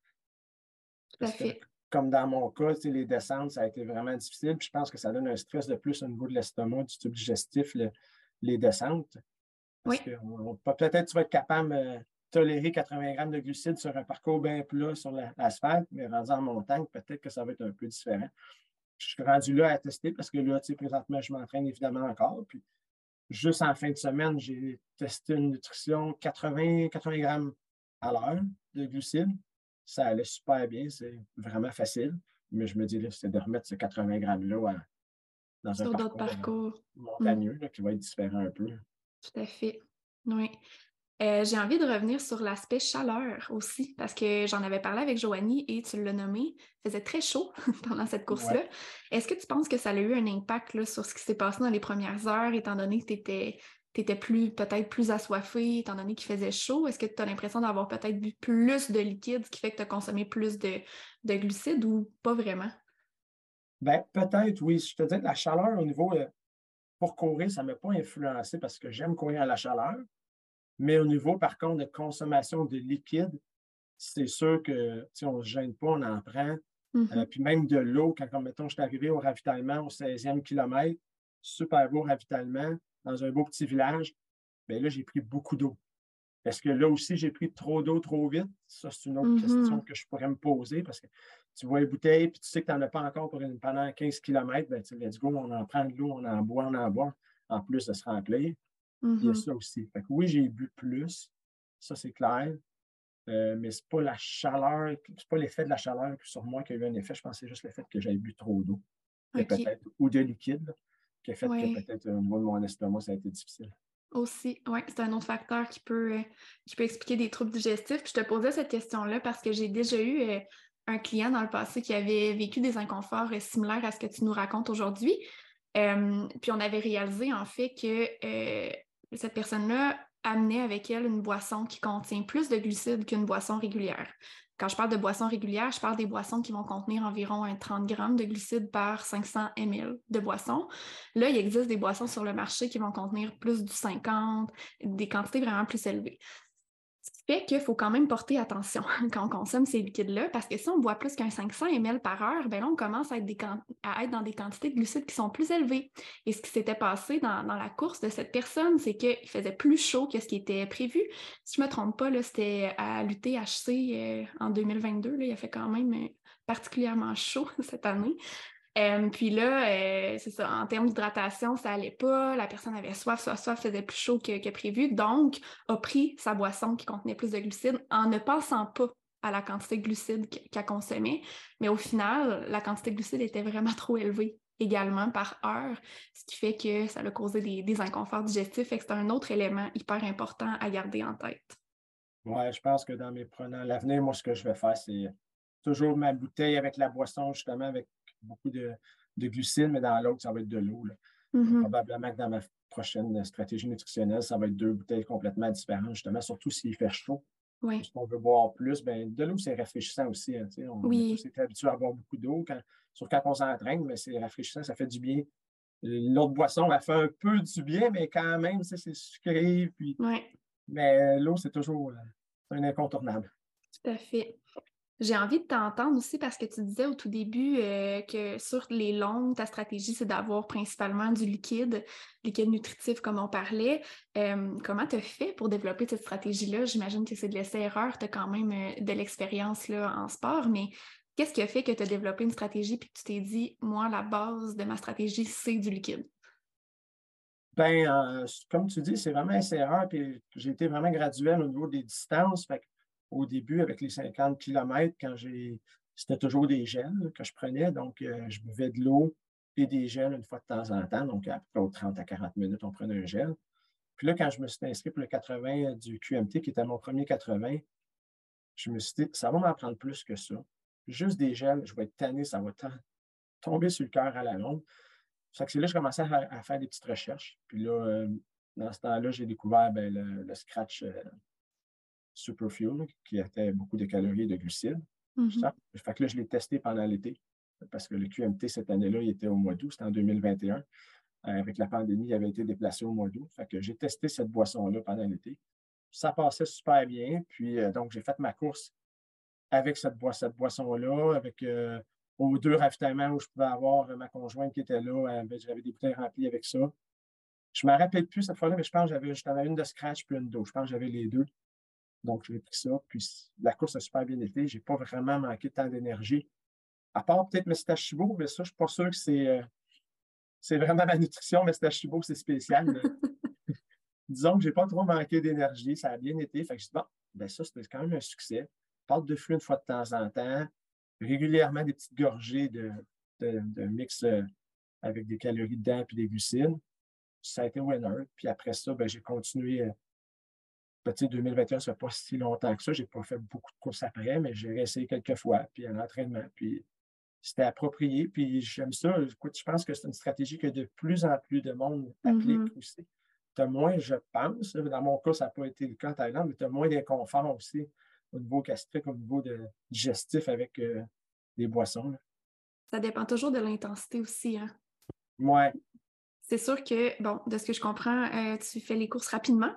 Tout à Parce que, fait. comme dans mon cas, tu sais, les descentes, ça a été vraiment difficile. Puis je pense que ça donne un stress de plus au niveau de l'estomac, du tube digestif, le- les descentes. Parce Oui, que on- on- peut-être tu vas être capable de tolérer quatre-vingts grammes de glucides sur un parcours bien plat sur la- l'asphalte, mais rendu en montagne, peut-être que ça va être un peu différent. Je suis rendu là à tester parce que là, tu sais, présentement, je m'entraîne évidemment encore. Puis juste en fin de semaine, j'ai testé une nutrition quatre-vingts, quatre-vingts grammes à l'heure de glucides. Ça allait super bien, c'est vraiment facile. Mais je me dis, là, c'est de remettre ce quatre-vingts grammes-là à- dans un sur d'autres parcours euh, parcours. Hmm, montagneux là, qui va être différent un peu. tout à fait. Oui. Euh, j'ai envie de revenir sur l'aspect chaleur aussi, parce que j'en avais parlé avec Joanie et tu l'as nommé, il faisait très chaud pendant cette Ouais. course-là. Est-ce que tu penses que ça a eu un impact là, sur ce qui s'est passé dans les premières heures, étant donné que tu étais, t'étais plus, peut-être plus assoiffé, étant donné qu'il faisait chaud? Est-ce que tu as l'impression d'avoir peut-être bu plus de liquide, ce qui fait que tu as consommé plus de, de glucides ou pas vraiment? Ben, peut-être, oui. Je te dis, la chaleur au niveau, euh, pour courir, ça ne m'a pas influencé parce que j'aime courir à la chaleur. Mais au niveau, par contre, de consommation de liquide, c'est sûr que, si on ne se gêne pas, on en prend. Euh, Mhm. puis même de l'eau, quand, comme, mettons, je suis arrivé au ravitaillement au seizième kilomètre, super beau ravitaillement, dans un beau petit village, bien là, j'ai pris beaucoup d'eau. Est-ce que là aussi, j'ai pris trop d'eau trop vite? Ça, c'est une autre question Mhm. que je pourrais me poser parce que tu vois une bouteille puis tu sais que tu n'en as pas encore pour une, pendant quinze kilomètres, ben, tu sais, let's go, on en prend de l'eau, on en boit, on en boit, en plus de se remplir. Il y a Mhm. ça aussi. Fait que oui, j'ai bu plus, ça c'est clair, euh, mais c'est pas la chaleur, c'est pas l'effet de la chaleur sur moi qui a eu un effet. Je pense que c'est juste le fait que j'avais bu trop d'eau, que OK. peut-être, ou de liquide, là, qui a fait que Ouais. peut-être au niveau de mon estomac, ça a été difficile. Aussi, oui, c'est un autre facteur qui peut, euh, qui peut expliquer des troubles digestifs. Puis je te posais cette question-là parce que j'ai déjà eu euh, un client dans le passé qui avait vécu des inconforts euh, similaires à ce que tu nous racontes aujourd'hui. Euh, puis on avait réalisé en fait que euh, cette personne-là amenait avec elle une boisson qui contient plus de glucides qu'une boisson régulière. Quand je parle de boissons régulières, je parle des boissons qui vont contenir environ un trente grammes de glucides par cinq cents millilitres de boisson. Là, il existe des boissons sur le marché qui vont contenir plus du cinquante, des quantités vraiment plus élevées. Ce qui fait qu'il faut quand même porter attention quand on consomme ces liquides-là, parce que si on boit plus qu'un cinq cents millilitres par heure, ben là, on commence à être, des à être dans des quantités de glucides qui sont plus élevées. Et ce qui s'était passé dans, dans la course de cette personne, c'est qu'il faisait plus chaud que ce qui était prévu. Si je ne me trompe pas, là, c'était à l'U T H C euh, en deux mille vingt-deux. Là, il a fait quand même euh, particulièrement chaud cette année. Euh, puis là, euh, c'est ça, en termes d'hydratation, ça allait pas. La personne avait soif, soif, soif, faisait plus chaud que, que prévu. Donc, a pris sa boisson qui contenait plus de glucides en ne pensant pas à la quantité de glucides qu'elle consommait. Mais au final, la quantité de glucides était vraiment trop élevée également par heure, ce qui fait que ça a causé des, des inconforts digestifs. Fait que c'est un autre élément hyper important à garder en tête. Ouais, je pense que dans mes prenants, l'avenir, moi, ce que je vais faire, c'est toujours ma bouteille avec la boisson, justement, avec beaucoup de, de glucides, mais dans l'autre, ça va être de l'eau, là. Mhm. Probablement que dans ma prochaine stratégie nutritionnelle, ça va être deux bouteilles complètement différentes, justement, surtout s'il fait chaud. Ouais. Parce qu'on veut boire plus, ben, de l'eau, c'est rafraîchissant aussi, hein, tu sais. On a tous Oui. été habitués à boire beaucoup d'eau, quand, surtout quand on s'entraîne, mais c'est rafraîchissant, ça fait du bien. L'autre boisson, elle fait un peu du bien, mais quand même, tu sais, c'est sucré. Puis... Ouais, Mais l'eau, c'est toujours euh, un incontournable. tout à fait. J'ai envie de t'entendre aussi parce que tu disais au tout début euh, que sur les longues, ta stratégie, c'est d'avoir principalement du liquide, liquide nutritif comme on parlait. Euh, comment tu as fait pour développer cette stratégie-là? J'imagine que c'est de l'essai-erreur, tu as quand même euh, de l'expérience là, en sport, mais qu'est-ce qui a fait que tu as développé une stratégie puis que tu t'es dit, moi, la base de ma stratégie, c'est du liquide? Ben, euh, comme tu dis, c'est vraiment S R un, puis j'ai été vraiment graduel au niveau des distances. Fait au début, avec les cinquante kilomètres, quand j'ai. C'était toujours des gels là, que je prenais. Donc, euh, je buvais de l'eau et des gels une fois de temps en temps. Donc, à peu près aux trente à quarante minutes, on prenait un gel. Puis là, quand je me suis inscrit pour le quatre-vingts du Q M T, qui était mon premier quatre-vingts, je me suis dit, ça va m'en prendre plus que ça. Juste des gels, je vais être tanné, ça va t- tomber sur le cœur à la longue. Fait que c'est là que je commençais à faire, à faire des petites recherches. Puis là, euh, dans ce temps-là, j'ai découvert ben, le, le Scratch euh, Superfuel, qui avait beaucoup de calories et de glucides. Mhm. Ça. Fait que là, je l'ai testé pendant l'été, parce que le Q M T, cette année-là, il était au mois d'août, c'était en deux mille vingt et un. Euh, avec la pandémie, il avait été déplacé au mois d'août. Fait que j'ai testé cette boisson-là pendant l'été. Ça passait super bien. Puis, euh, donc, j'ai fait ma course avec cette, boi- cette boisson-là, avec euh, aux deux ravitaillements où je pouvais avoir euh, ma conjointe qui était là. euh, ben, j'avais des bouteilles remplies avec ça. Je ne me rappelle plus cette fois-là, mais je pense que j'avais, j'en avais une de scratch puis une d'eau. Je pense que j'avais les deux. Donc, j'ai pris ça. Puis la course a super bien été. Je n'ai pas vraiment manqué tant d'énergie. À part peut-être mes Chibo, mais ça, je ne suis pas sûr que c'est, euh, c'est vraiment ma nutrition. Mes Chibo, c'est spécial. Mais disons que je n'ai pas trop manqué d'énergie. Ça a bien été. Fait que je dis, bon, ben ça, c'était quand même un succès. Pâte de fruits une fois de temps en temps. Régulièrement, des petites gorgées de, de, de mix euh, avec des calories dedans et des glucides. Ça a été winner. Puis après ça, ben, j'ai continué. Euh, ben, tu sais, deux mille vingt et un, ça fait pas si longtemps que ça. J'ai pas fait beaucoup de courses après, mais j'ai essayé quelques fois, puis un entraînement. Puis c'était approprié. Puis j'aime ça. Écoute, je pense que c'est une stratégie que de plus en plus de monde applique Mhm. aussi. Tu as moins, je pense, dans mon cas, ça n'a pas été le cas en Thaïlande, mais tu as moins d'inconfort aussi au niveau gastrique, au niveau de, digestif avec euh, les boissons. Là. Ça dépend toujours de l'intensité aussi, hein. Ouais, C'est sûr que, bon, de ce que je comprends, euh, tu fais les courses rapidement,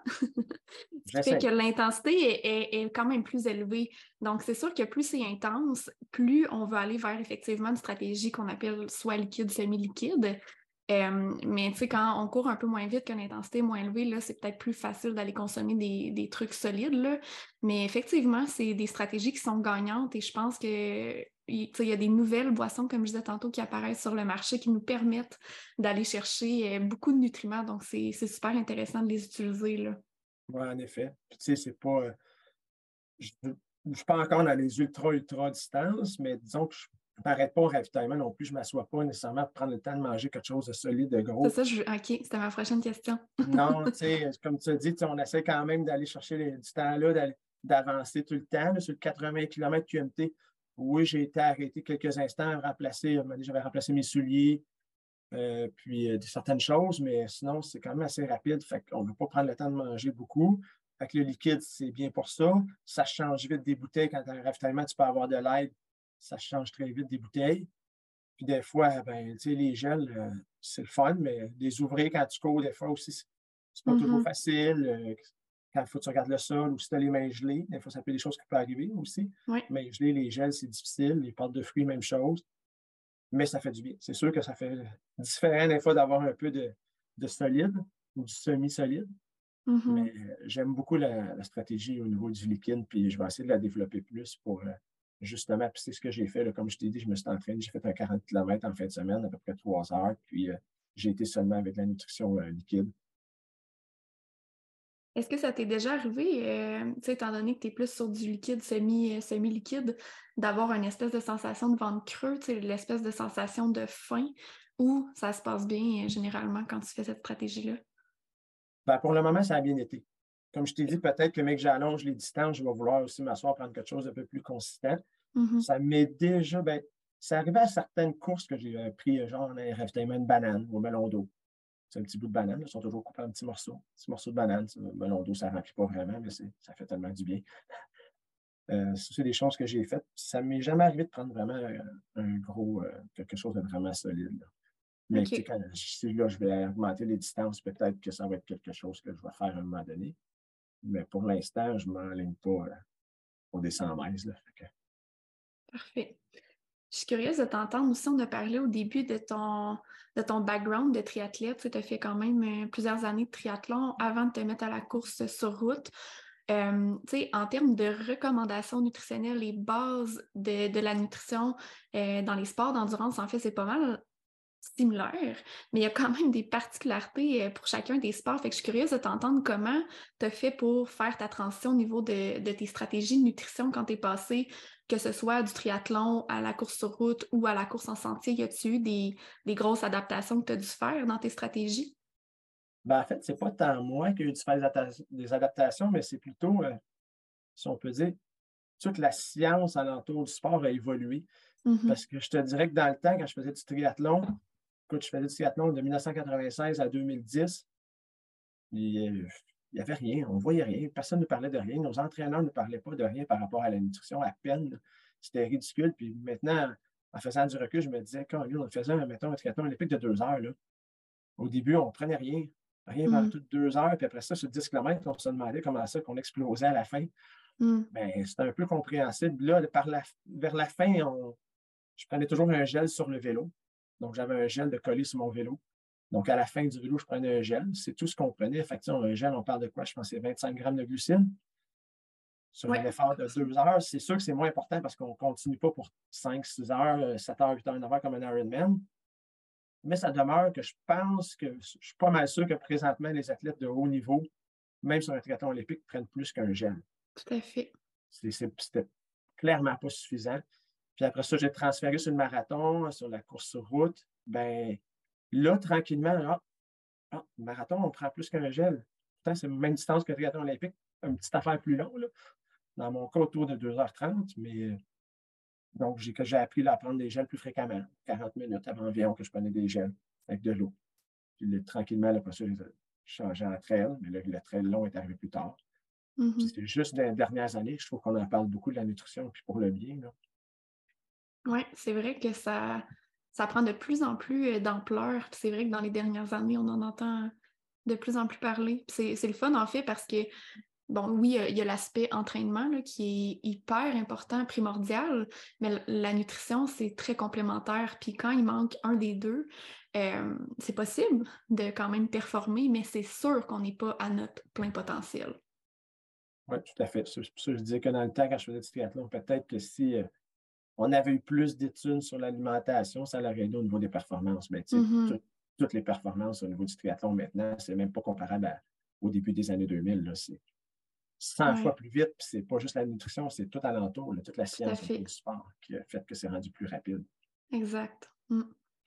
ce qui fait que j'essaye. l'intensité est, est- est quand même plus élevée. Donc, c'est sûr que plus c'est intense, plus on va aller vers effectivement une stratégie qu'on appelle soit liquide, semi-liquide. Euh, mais tu sais, quand on court un peu moins vite, qu'une intensité est moins élevée, là, c'est peut-être plus facile d'aller consommer des, des trucs solides, là. Mais effectivement, c'est des stratégies qui sont gagnantes et je pense que il tu sais, il y a des nouvelles boissons, comme je disais tantôt, qui apparaissent sur le marché qui nous permettent d'aller chercher euh, beaucoup de nutriments. Donc, c'est c'est super intéressant de les utiliser, là. Ouais, en effet. Puis, tu sais, c'est pas. euh, je ne suis pas encore dans les ultra-ultra distances, mais disons que je ne m'arrête pas au ravitaillement non plus. Je ne m'assois pas nécessairement pour prendre le temps de manger quelque chose de solide, de C'est gros. ça, je... OK, c'était ma prochaine question. Non, tu sais, comme tu as dit, tu sais, on essaie quand même d'aller chercher les- du temps-là, d'aller- d'avancer tout le temps. Là, sur le quatre-vingts kilomètres Q M T, oui, j'ai été arrêté quelques instants, remplacer, à un moment donné, j'avais remplacé mes souliers, euh, puis euh, certaines choses, mais sinon, c'est quand même assez rapide. Fait qu'on ne veut pas prendre le temps de manger beaucoup. Fait que le liquide, c'est bien pour ça. Ça change vite des bouteilles. Quand tu as un ravitaillement, tu peux avoir de l'aide. Ça change très vite des bouteilles. Puis des fois, ben, tu sais, les gels, euh, c'est le fun, mais les ouvrir quand tu cours, des fois aussi, c'est c'est pas toujours Mhm. facile. Euh, quand il faut que tu regardes le sol ou si tu as les mains gelées, des fois, ça peut être des choses qui peuvent arriver aussi. Oui. Mains gelées, les gels, c'est difficile. Les pâtes de fruits, même chose. Mais ça fait du bien. C'est sûr que ça fait différent des fois d'avoir un peu de, de solide ou du semi-solide. Mais Mhm. euh, j'aime beaucoup la, la stratégie au niveau du liquide, puis je vais essayer de la développer plus pour euh, justement, puis c'est ce que j'ai fait, là, comme je t'ai dit, je me suis entraîné, j'ai fait un quarante kilomètres en fin de semaine, à peu près trois heures, puis euh, j'ai été seulement avec la nutrition euh, liquide. Est-ce que ça t'est déjà arrivé, euh, tu sais, étant donné que tu es plus sur du liquide semi, euh, semi-liquide, d'avoir une espèce de sensation de ventre creux, tu sais, l'espèce de sensation de faim, ou ça se passe bien euh, généralement quand tu fais cette stratégie-là? Ben, pour le moment, ça a bien été. Comme je t'ai dit, peut-être que mec, j'allonge les distances, je vais vouloir aussi m'asseoir, prendre quelque chose d'un peu plus consistant. Mhm. Ça m'est déjà, ben, c'est arrivé à certaines courses que j'ai euh, pris, euh, genre, un ravitaillement de banane ou un melon d'eau. C'est un petit bout de banane, là, ils sont toujours coupés en petits morceaux. Petits morceaux de banane, ça, le melon d'eau, ça ne remplit pas vraiment, mais c'est, ça fait tellement du bien. Euh, ça, c'est des choses que j'ai faites. Ça ne m'est jamais arrivé de prendre vraiment euh, un gros, euh, quelque chose de vraiment solide, là. Mais tu sais, OK. quand je, si là, je vais augmenter les distances, peut-être que ça va être quelque chose que je vais faire à un moment donné. Mais pour l'instant, je ne m'enligne pas euh, au des cent mètres, là. Fait que, Parfait. Je suis curieuse de t'entendre aussi. On a parlé au début de ton, de ton background de triathlète. Tu as fait quand même euh, plusieurs années de triathlon avant de te mettre à la course sur route. Euh, tu sais, en termes de recommandations nutritionnelles, les bases de, de la nutrition euh, dans les sports d'endurance, en fait, c'est pas mal similaire, mais il y a quand même des particularités euh, pour chacun des sports. Fait que je suis curieuse de t'entendre comment tu as fait pour faire ta transition au niveau de, de tes stratégies de nutrition quand tu es passé, que ce soit du triathlon à la course sur route ou à la course en sentier. Y a-tu eu des, des grosses adaptations que tu as dû faire dans tes stratégies? ben, en fait, c'est pas tant moi qui ai eu dû faire des, adapta- des adaptations, mais c'est plutôt, euh, si on peut dire, toute la science alentour du sport a évolué. Mhm. Parce que je te dirais que dans le temps, quand je faisais du triathlon, écoute, je faisais du triathlon de mille neuf cent quatre-vingt-seize à deux mille dix, il n'y avait rien, on ne voyait rien, personne ne parlait de rien, nos entraîneurs ne parlaient pas de rien par rapport à la nutrition, à peine. C'était ridicule. Puis maintenant, en faisant du recul, je me disais, quand on faisait, mettons, un triathlon olympique de deux heures, là, au début, on ne prenait rien, rien pendant Mhm. toutes deux heures, puis après ça, sur dix kilomètres, on se demandait comment ça qu'on explosait à la fin. Mhm. Bien, c'était un peu compréhensible. Là, par la, vers la fin, on, je prenais toujours un gel sur le vélo. Donc, j'avais un gel de coller sur mon vélo. Donc, à la fin du vélo, je prenais un gel. C'est tout ce qu'on prenait. Fait que, un gel, on parle de quoi? Je pense que c'est vingt-cinq grammes de glucides sur un Ouais. effort de deux heures. C'est sûr que c'est moins important parce qu'on ne continue pas pour cinq, six heures, sept heures, huit heures, neuf heures comme un Ironman. Mais ça demeure que je pense que je suis pas mal sûr que présentement, les athlètes de haut niveau, même sur un triathlon olympique, prennent plus qu'un gel. Tout à fait. C'est- c'est- C'était clairement pas suffisant. Puis après ça, j'ai transféré sur le marathon, sur la course sur route. Ben là, tranquillement, ah, ah, le marathon, on prend plus qu'un gel. Pourtant, c'est la même distance que le triathlon olympique, une petite affaire plus longue, là. Dans mon cas, autour de deux heures trente, mais euh, donc j'ai, que j'ai appris là, à prendre des gels plus fréquemment. quarante minutes avant environ que je prenais des gels avec de l'eau. Puis là, tranquillement, là, après ça, j'ai changé en trail, mais là, le trail long est arrivé plus tard. Puis Mhm. c'est juste dans les dernières années, je trouve qu'on en parle beaucoup de la nutrition, puis pour le bien, là. Oui, c'est vrai que ça, ça prend de plus en plus euh, d'ampleur. Puis c'est vrai que dans les dernières années, on en entend de plus en plus parler. Puis C'est, c'est le fun, en fait, parce que, bon, oui, euh, il y a l'aspect entraînement là, qui est hyper important, primordial, mais l- la nutrition, c'est très complémentaire. Puis quand il manque un des deux, euh, c'est possible de quand même performer, mais c'est sûr qu'on n'est pas à notre plein potentiel. Oui, tout à fait. C'est pour ça que je disais que dans le temps, quand je faisais du triathlon, peut-être que si euh, on avait eu plus d'études sur l'alimentation, ça l'aurait aidé au niveau des performances. Mais tu sais, Mhm. tout- toutes les performances au niveau du triathlon maintenant, c'est même pas comparable à- au début des années deux mille, là. C'est cent fois Oui, plus vite, puis c'est pas juste la nutrition, c'est tout alentour, là, toute la tout à science autour fait. du sport qui a fait que c'est rendu plus rapide. Exact. Mm.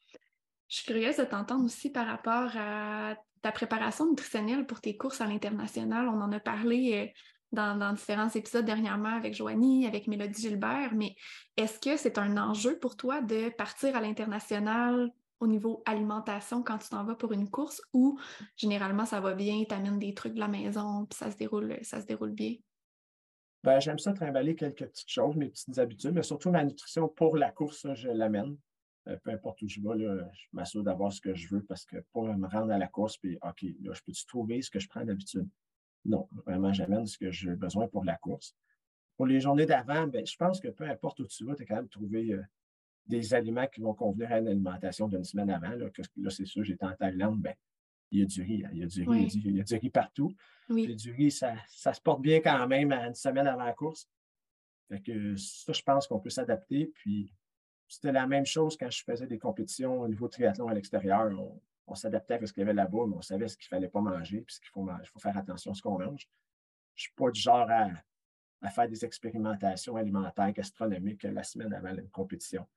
Je suis curieuse de t'entendre aussi par rapport à ta préparation nutritionnelle pour tes courses à l'international. On en a parlé euh, dans, dans différents épisodes dernièrement avec Joanie, avec Mélodie Gilbert, mais est-ce que c'est un enjeu pour toi de partir à l'international au niveau alimentation quand tu t'en vas pour une course ou généralement ça va bien, tu amènes des trucs de la maison, puis ça se déroule, ça se déroule bien? Ben, j'aime ça trimballer quelques petites choses, mes petites habitudes, mais surtout ma nutrition pour la course, ça, je l'amène. Euh, peu importe où je vais, là, je m'assure d'avoir ce que je veux parce que pour me rendre à la course, puis OK, là, je peux-tu trouver ce que je prends d'habitude? Non, vraiment, j'amène ce que j'ai besoin pour la course. Pour les journées d'avant, ben, je pense que peu importe où tu vas, tu as quand même trouvé euh, des aliments qui vont convenir à une alimentation d'une semaine avant. Là, que, là c'est sûr, j'étais en Thaïlande, ben, il y a du riz, hein, il y a du riz, il y a du, Oui, il y a du riz partout. Puis oui. du riz, ça, ça se porte bien quand même à une semaine avant la course. Fait que ça, je pense qu'on peut s'adapter. Puis c'était la même chose quand je faisais des compétitions au niveau triathlon à l'extérieur. On, on s'adaptait à ce qu'il y avait là-bas, mais on savait ce qu'il ne fallait pas manger, puis ce qu'il faut manger. Il faut faire attention à ce qu'on mange. Je ne suis pas du genre à, à faire des expérimentations alimentaires gastronomiques la semaine avant une compétition.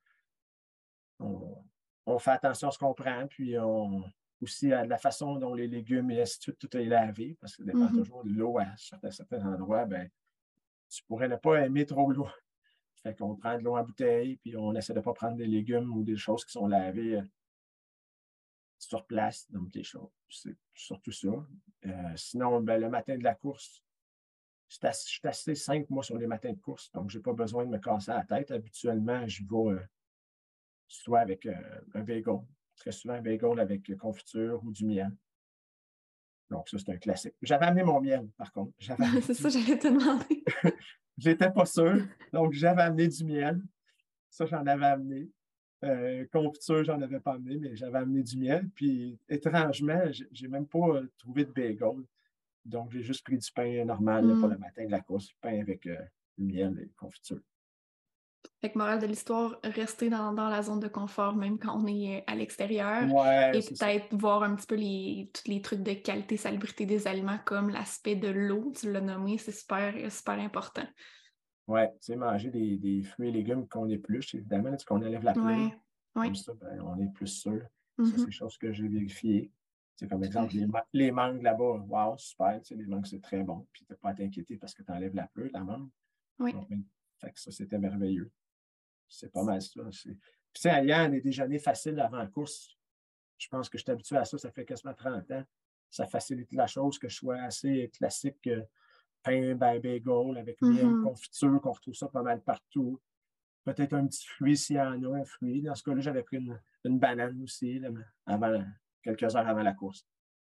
On, on fait attention à ce qu'on prend, puis on, aussi à la façon dont les légumes et ainsi de suite, tout est lavé, parce que ça dépend Mhm. toujours de l'eau à certains, certains endroits, ben, tu pourrais ne pas aimer trop l'eau. Fait qu'on prend de l'eau en bouteille, puis on essaie de ne pas prendre des légumes ou des choses qui sont lavées euh, sur place. Donc, les choses, c'est surtout ça. Euh, sinon, ben, le matin de la course, je suis assez, je suis assez simple, moi, sur les matins de course. Donc, je n'ai pas besoin de me casser la tête. Habituellement, je vais euh, soit avec euh, un bagel. Très souvent, un bagel avec confiture ou du miel. Donc, ça, c'est un classique. J'avais amené mon miel, par contre. J'avais amené C'est ça, du... j'allais te demander. J'étais pas sûr. Donc, j'avais amené du miel. Ça, j'en avais amené. Euh, confiture, j'en avais pas amené, mais j'avais amené du miel. Puis, étrangement, j'ai j'ai même pas euh, trouvé de bagel. Donc, j'ai juste pris du pain normal là, pour Mm. le matin de la course. Pain avec euh, du miel et confiture. Fait que morale de l'histoire, rester dans, dans la zone de confort même quand on est euh, à l'extérieur Ouais, et c'est ça. peut-être voir un petit peu les, tous les trucs de qualité, salubrité des aliments comme l'aspect de l'eau, tu l'as nommé, c'est super, super important. Ouais, tu sais, manger des, des fruits et légumes qu'on épluche, évidemment, parce qu'on enlève la peau. Ouais, ouais. Comme ça, ben, on est plus sûr. Ça, c'est Mhm. des choses que j'ai vérifiées. C'est comme exemple, les, ma- les mangues là-bas, wow, super, tu sais, les mangues, c'est très bon. Puis tu n'as pas à t'inquiéter parce que tu enlèves la peau, la mangue. Oui. Donc, ben, fait que ça, c'était merveilleux. C'est pas mal ça. c'est- Puis, tu sais, ayant des déjeuners faciles avant la course, je pense que je suis habitué à ça, ça fait quasiment trente ans. Ça facilite la chose que je sois assez classique, euh, pain, ben, bagel avec miel, Mhm. confiture, qu'on retrouve ça pas mal partout. Peut-être un petit fruit s'il y en a, un fruit. Dans ce cas-là, j'avais pris une, une banane aussi, là, avant, quelques heures avant la course.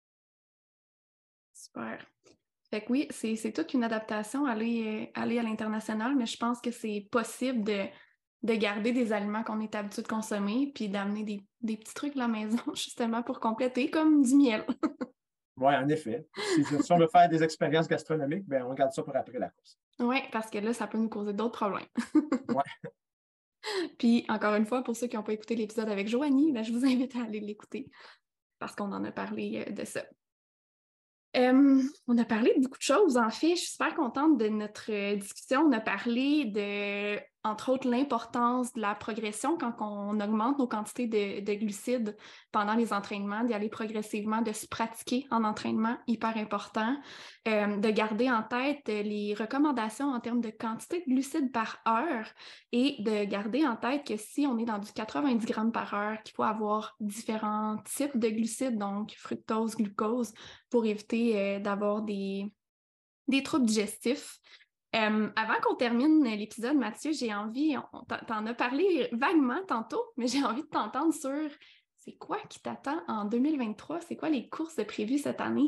Super. Fait que oui, c'est, c'est toute une adaptation, aller, euh, aller à l'international, mais je pense que c'est possible de, de garder des aliments qu'on est habitué de consommer, puis d'amener des, des petits trucs de la maison, justement, pour compléter, comme du miel. Oui, en effet. Si, si on veut faire des expériences gastronomiques, ben, on garde ça pour après la course. Oui, parce que là, ça peut nous causer d'autres problèmes. Ouais. Puis, encore une fois, pour ceux qui n'ont pas écouté l'épisode avec Joanie, ben, je vous invite à aller l'écouter, parce qu'on en a parlé euh, de ça. Euh, on a parlé de beaucoup de choses, en fait. Je suis super contente de notre euh, discussion. On a parlé de, entre autres, l'importance de la progression quand on augmente nos quantités de, de glucides pendant les entraînements, d'y aller progressivement, de se pratiquer en entraînement, hyper important. Euh, de garder en tête les recommandations en termes de quantité de glucides par heure et de garder en tête que si on est dans du quatre-vingt-dix grammes par heure, qu'il faut avoir différents types de glucides, donc fructose, glucose, pour éviter euh, d'avoir des, des troubles digestifs. Euh, avant qu'on termine l'épisode, Mathieu, j'ai envie, on, t'en as parlé vaguement tantôt, mais j'ai envie de t'entendre sur c'est quoi qui t'attend en deux mille vingt-trois? C'est quoi les courses de prévues cette année?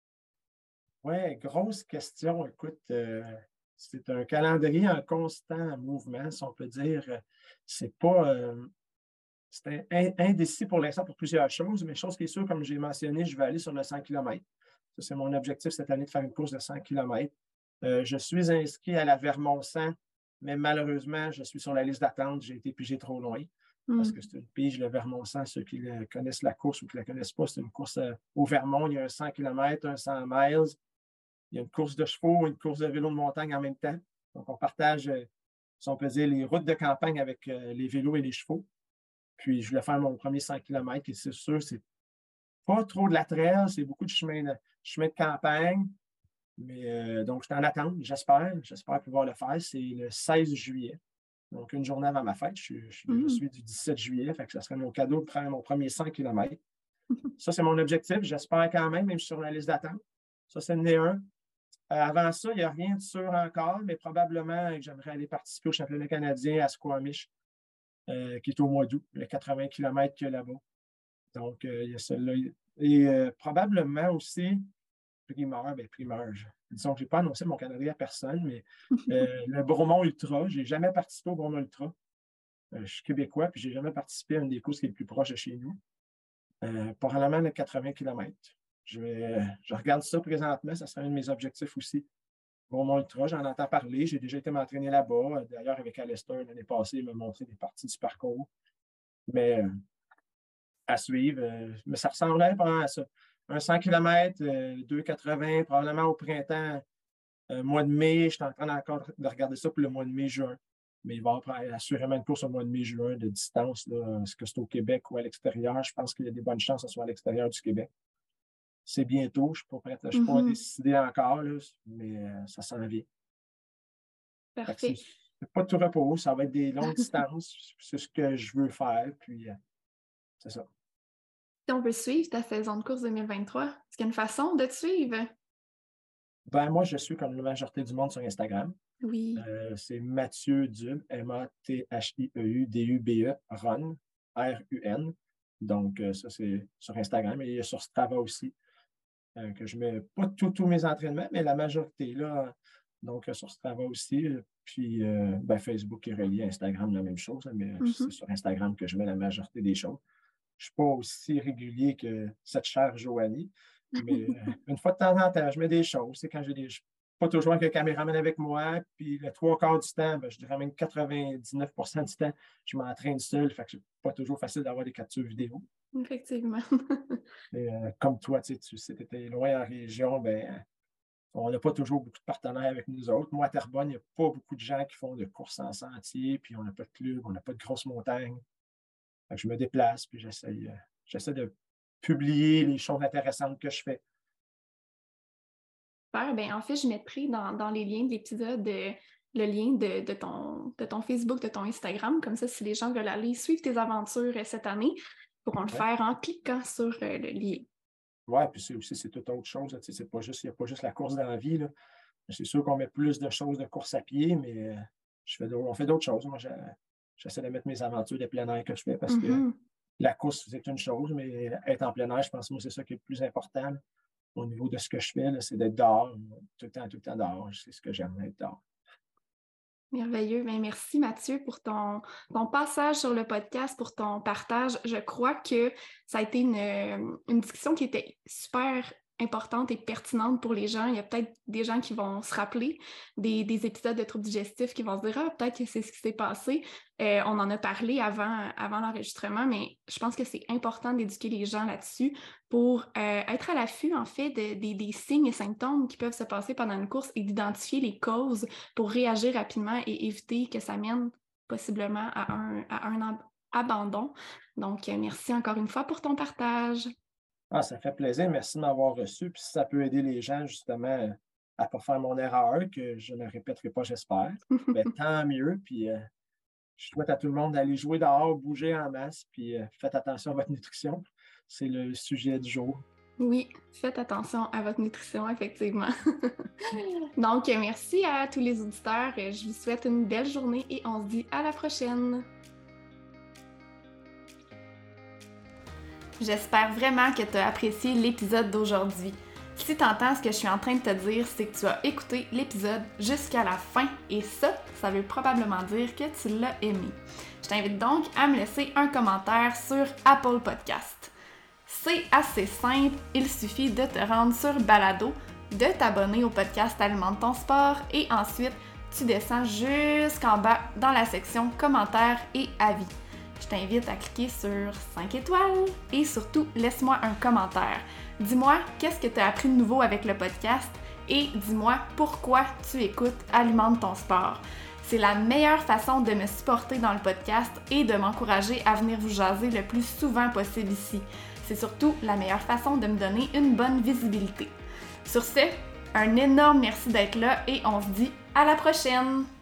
Oui, grosse question. Écoute, euh, c'est un calendrier en constant mouvement, si on peut dire. C'est pas. Euh, c'est un- indécis pour l'instant pour plusieurs choses, mais chose qui est sûre, comme j'ai mentionné, je vais aller sur le cent kilomètres. Ça, c'est mon objectif cette année de faire une course de cent kilomètres. Euh, je suis inscrit à la Vermont cent, mais malheureusement, je suis sur la liste d'attente. J'ai été pigé trop loin parce que Mm. c'est une pige, le Vermont cent. Ceux qui le- connaissent la course ou qui ne la connaissent pas, c'est une course euh, au Vermont. Il y a un cent kilomètres, un cent miles. Il y a une course de chevaux, une course de vélo de montagne en même temps. Donc, on partage, euh, si on peut dire, les routes de campagne avec euh, les vélos et les chevaux. Puis, je voulais faire mon premier cent kilomètres et c'est sûr, c'est pas trop de la trail, c'est beaucoup de chemin de, chemin de campagne. Mais euh, donc, je suis en attente, j'espère. J'espère pouvoir le faire. C'est le seize juillet. Donc, une journée avant ma fête. Je, suis- je- je Mm. suis du dix-sept juillet. Fait que ça serait mon cadeau de faire mon premier cent kilomètres. Ça, c'est mon objectif. J'espère quand même, même si je suis sur la liste d'attente. Ça, c'est le né un. Euh, avant ça, il n'y a rien de sûr encore, mais probablement que j'aimerais aller participer au championnat canadien à Squamish, euh, qui est au mois d'août, le quatre-vingts kilomètres qu'il y a là-bas. Donc, euh, il y a celle-là. Et euh, probablement aussi, primeur, bien primeur, je- disons que je n'ai pas annoncé mon calendrier à personne, mais euh, le Bromont Ultra, je n'ai jamais participé au Bromont Ultra. Euh, je suis québécois, puis je n'ai jamais participé à une des courses qui est le plus proche de chez nous. Euh, probablement le quatre-vingts kilomètres. Je, vais, je regarde ça présentement, ça serait un de mes objectifs aussi. Bromont Ultra, j'en entends parler. J'ai déjà été m'entraîner là-bas. D'ailleurs, avec Alistair, l'année passée, il m'a montré des parties du parcours. Mais euh, à suivre, euh, mais ça ressemblerait pas à ça. Un cent kilomètres, euh, deux cent quatre-vingts, probablement au printemps, euh, mois de mai. Je suis en train encore de regarder ça pour le mois de mai-juin. Mais il va y avoir assurément une course au mois de mai-juin de distance. Là. Est-ce que c'est au Québec ou à l'extérieur? Je pense qu'il y a des bonnes chances que ce soit à l'extérieur du Québec. C'est bientôt. Je ne suis, suis pas Mhm. décidé encore, là, mais euh, ça s'en vient. Fait que c'est Parfait. pas de tout repos, ça va être des longues distances, c'est ce que je veux faire, puis euh, c'est ça. Si on veut suivre ta saison de course deux mille vingt-trois, est-ce qu'il y a une façon de te suivre? Ben, moi, je suis comme la majorité du monde sur Instagram. Oui. Euh, c'est Mathieu Dube, M A T H I E U D U B E, Run, R U N. Donc, euh, ça, c'est sur Instagram. Et il y a sur Strava aussi, euh, que je mets pas tous tous mes entraînements, mais la majorité, là. Donc, euh, sur Strava aussi. Puis, euh, ben, Facebook est relié à Instagram, la même chose, hein, mais c'est Mhm. sur Instagram que je mets la majorité des choses. Je ne suis pas aussi régulier que cette chère Joanie, mais euh, une fois de temps en temps, je mets des choses. C'est quand j'ai des. Je suis pas toujours avec un caméraman avec moi, puis le trois quarts du temps, ben, je dirais même quatre-vingt-dix-neuf pour cent du temps, je m'entraîne seul, fait que c'est pas toujours facile d'avoir des captures vidéo. Effectivement. Et, euh, comme toi, tu sais, tu sais, étais loin en région, ben, on n'a pas toujours beaucoup de partenaires avec nous autres. Moi, à Terrebonne, il n'y a pas beaucoup de gens qui font de courses en sentier, puis on n'a pas de club, on n'a pas de grosses montagnes. Fait que je me déplace, puis j'essaie, euh, j'essaie de publier les choses intéressantes que je fais. Super. Ben, en fait, je mettrai dans, dans les liens de l'épisode euh, le lien de, de, ton, de ton Facebook, de ton Instagram. Comme ça, si les gens veulent aller suivre tes aventures euh, cette année, ils pourront le Ouais, faire en cliquant sur euh, le lien. ouais, puis c'est aussi, c'est toute autre chose. Là, tu sais, c'est pas juste, il n'y a pas juste la course dans la vie. Là. C'est sûr qu'on met plus de choses de course à pied, mais euh, je fais d'autres- on fait d'autres choses. Moi, j'ai- j'essaie de mettre mes aventures de plein air que je fais parce que Mhm. la course, c'est une chose, mais être en plein air, je pense que moi, c'est ça qui est le plus important là, au niveau de ce que je fais, là, c'est d'être dehors, tout le temps, tout le temps dehors. C'est ce que j'aime, être dehors. Merveilleux. Ben, merci Mathieu pour ton, ton passage sur le podcast, pour ton partage. Je crois que ça a été une, une discussion qui était super importante et pertinente pour les gens. Il y a peut-être des gens qui vont se rappeler des, des épisodes de troubles digestifs, qui vont se dire « Ah, peut-être que c'est ce qui s'est passé. Euh, » On en a parlé avant, avant l'enregistrement, mais je pense que c'est important d'éduquer les gens là-dessus pour euh, être à l'affût, en fait, de, de, des signes et symptômes qui peuvent se passer pendant une course et d'identifier les causes pour réagir rapidement et éviter que ça mène possiblement à un, à un ab- abandon. Donc, euh, merci encore une fois pour ton partage. Ah, ça fait plaisir. Merci de m'avoir reçu. Puis si ça peut aider les gens, justement, euh, à ne pas faire mon erreur, que je ne répéterai pas, j'espère, ben, tant mieux. Puis euh, je souhaite à tout le monde d'aller jouer dehors, bouger en masse, puis euh, faites attention à votre nutrition. C'est le sujet du jour. Oui, faites attention à votre nutrition, effectivement. Donc, euh, merci à tous les auditeurs. Euh, Je vous souhaite une belle journée et on se dit à la prochaine. J'espère vraiment que tu as apprécié l'épisode d'aujourd'hui. Si tu entends ce que je suis en train de te dire, c'est que tu as écouté l'épisode jusqu'à la fin et ça, ça veut probablement dire que tu l'as aimé. Je t'invite donc à me laisser un commentaire sur Apple Podcast. C'est assez simple, il suffit de te rendre sur Balado, de t'abonner au podcast Alimente ton sport et ensuite tu descends jusqu'en bas dans la section commentaires et avis. Je t'invite à cliquer sur cinq étoiles et surtout laisse-moi un commentaire. Dis-moi qu'est-ce que tu as appris de nouveau avec le podcast et dis-moi pourquoi tu écoutes Alimente ton sport. C'est la meilleure façon de me supporter dans le podcast et de m'encourager à venir vous jaser le plus souvent possible ici. C'est surtout la meilleure façon de me donner une bonne visibilité. Sur ce, un énorme merci d'être là et on se dit à la prochaine!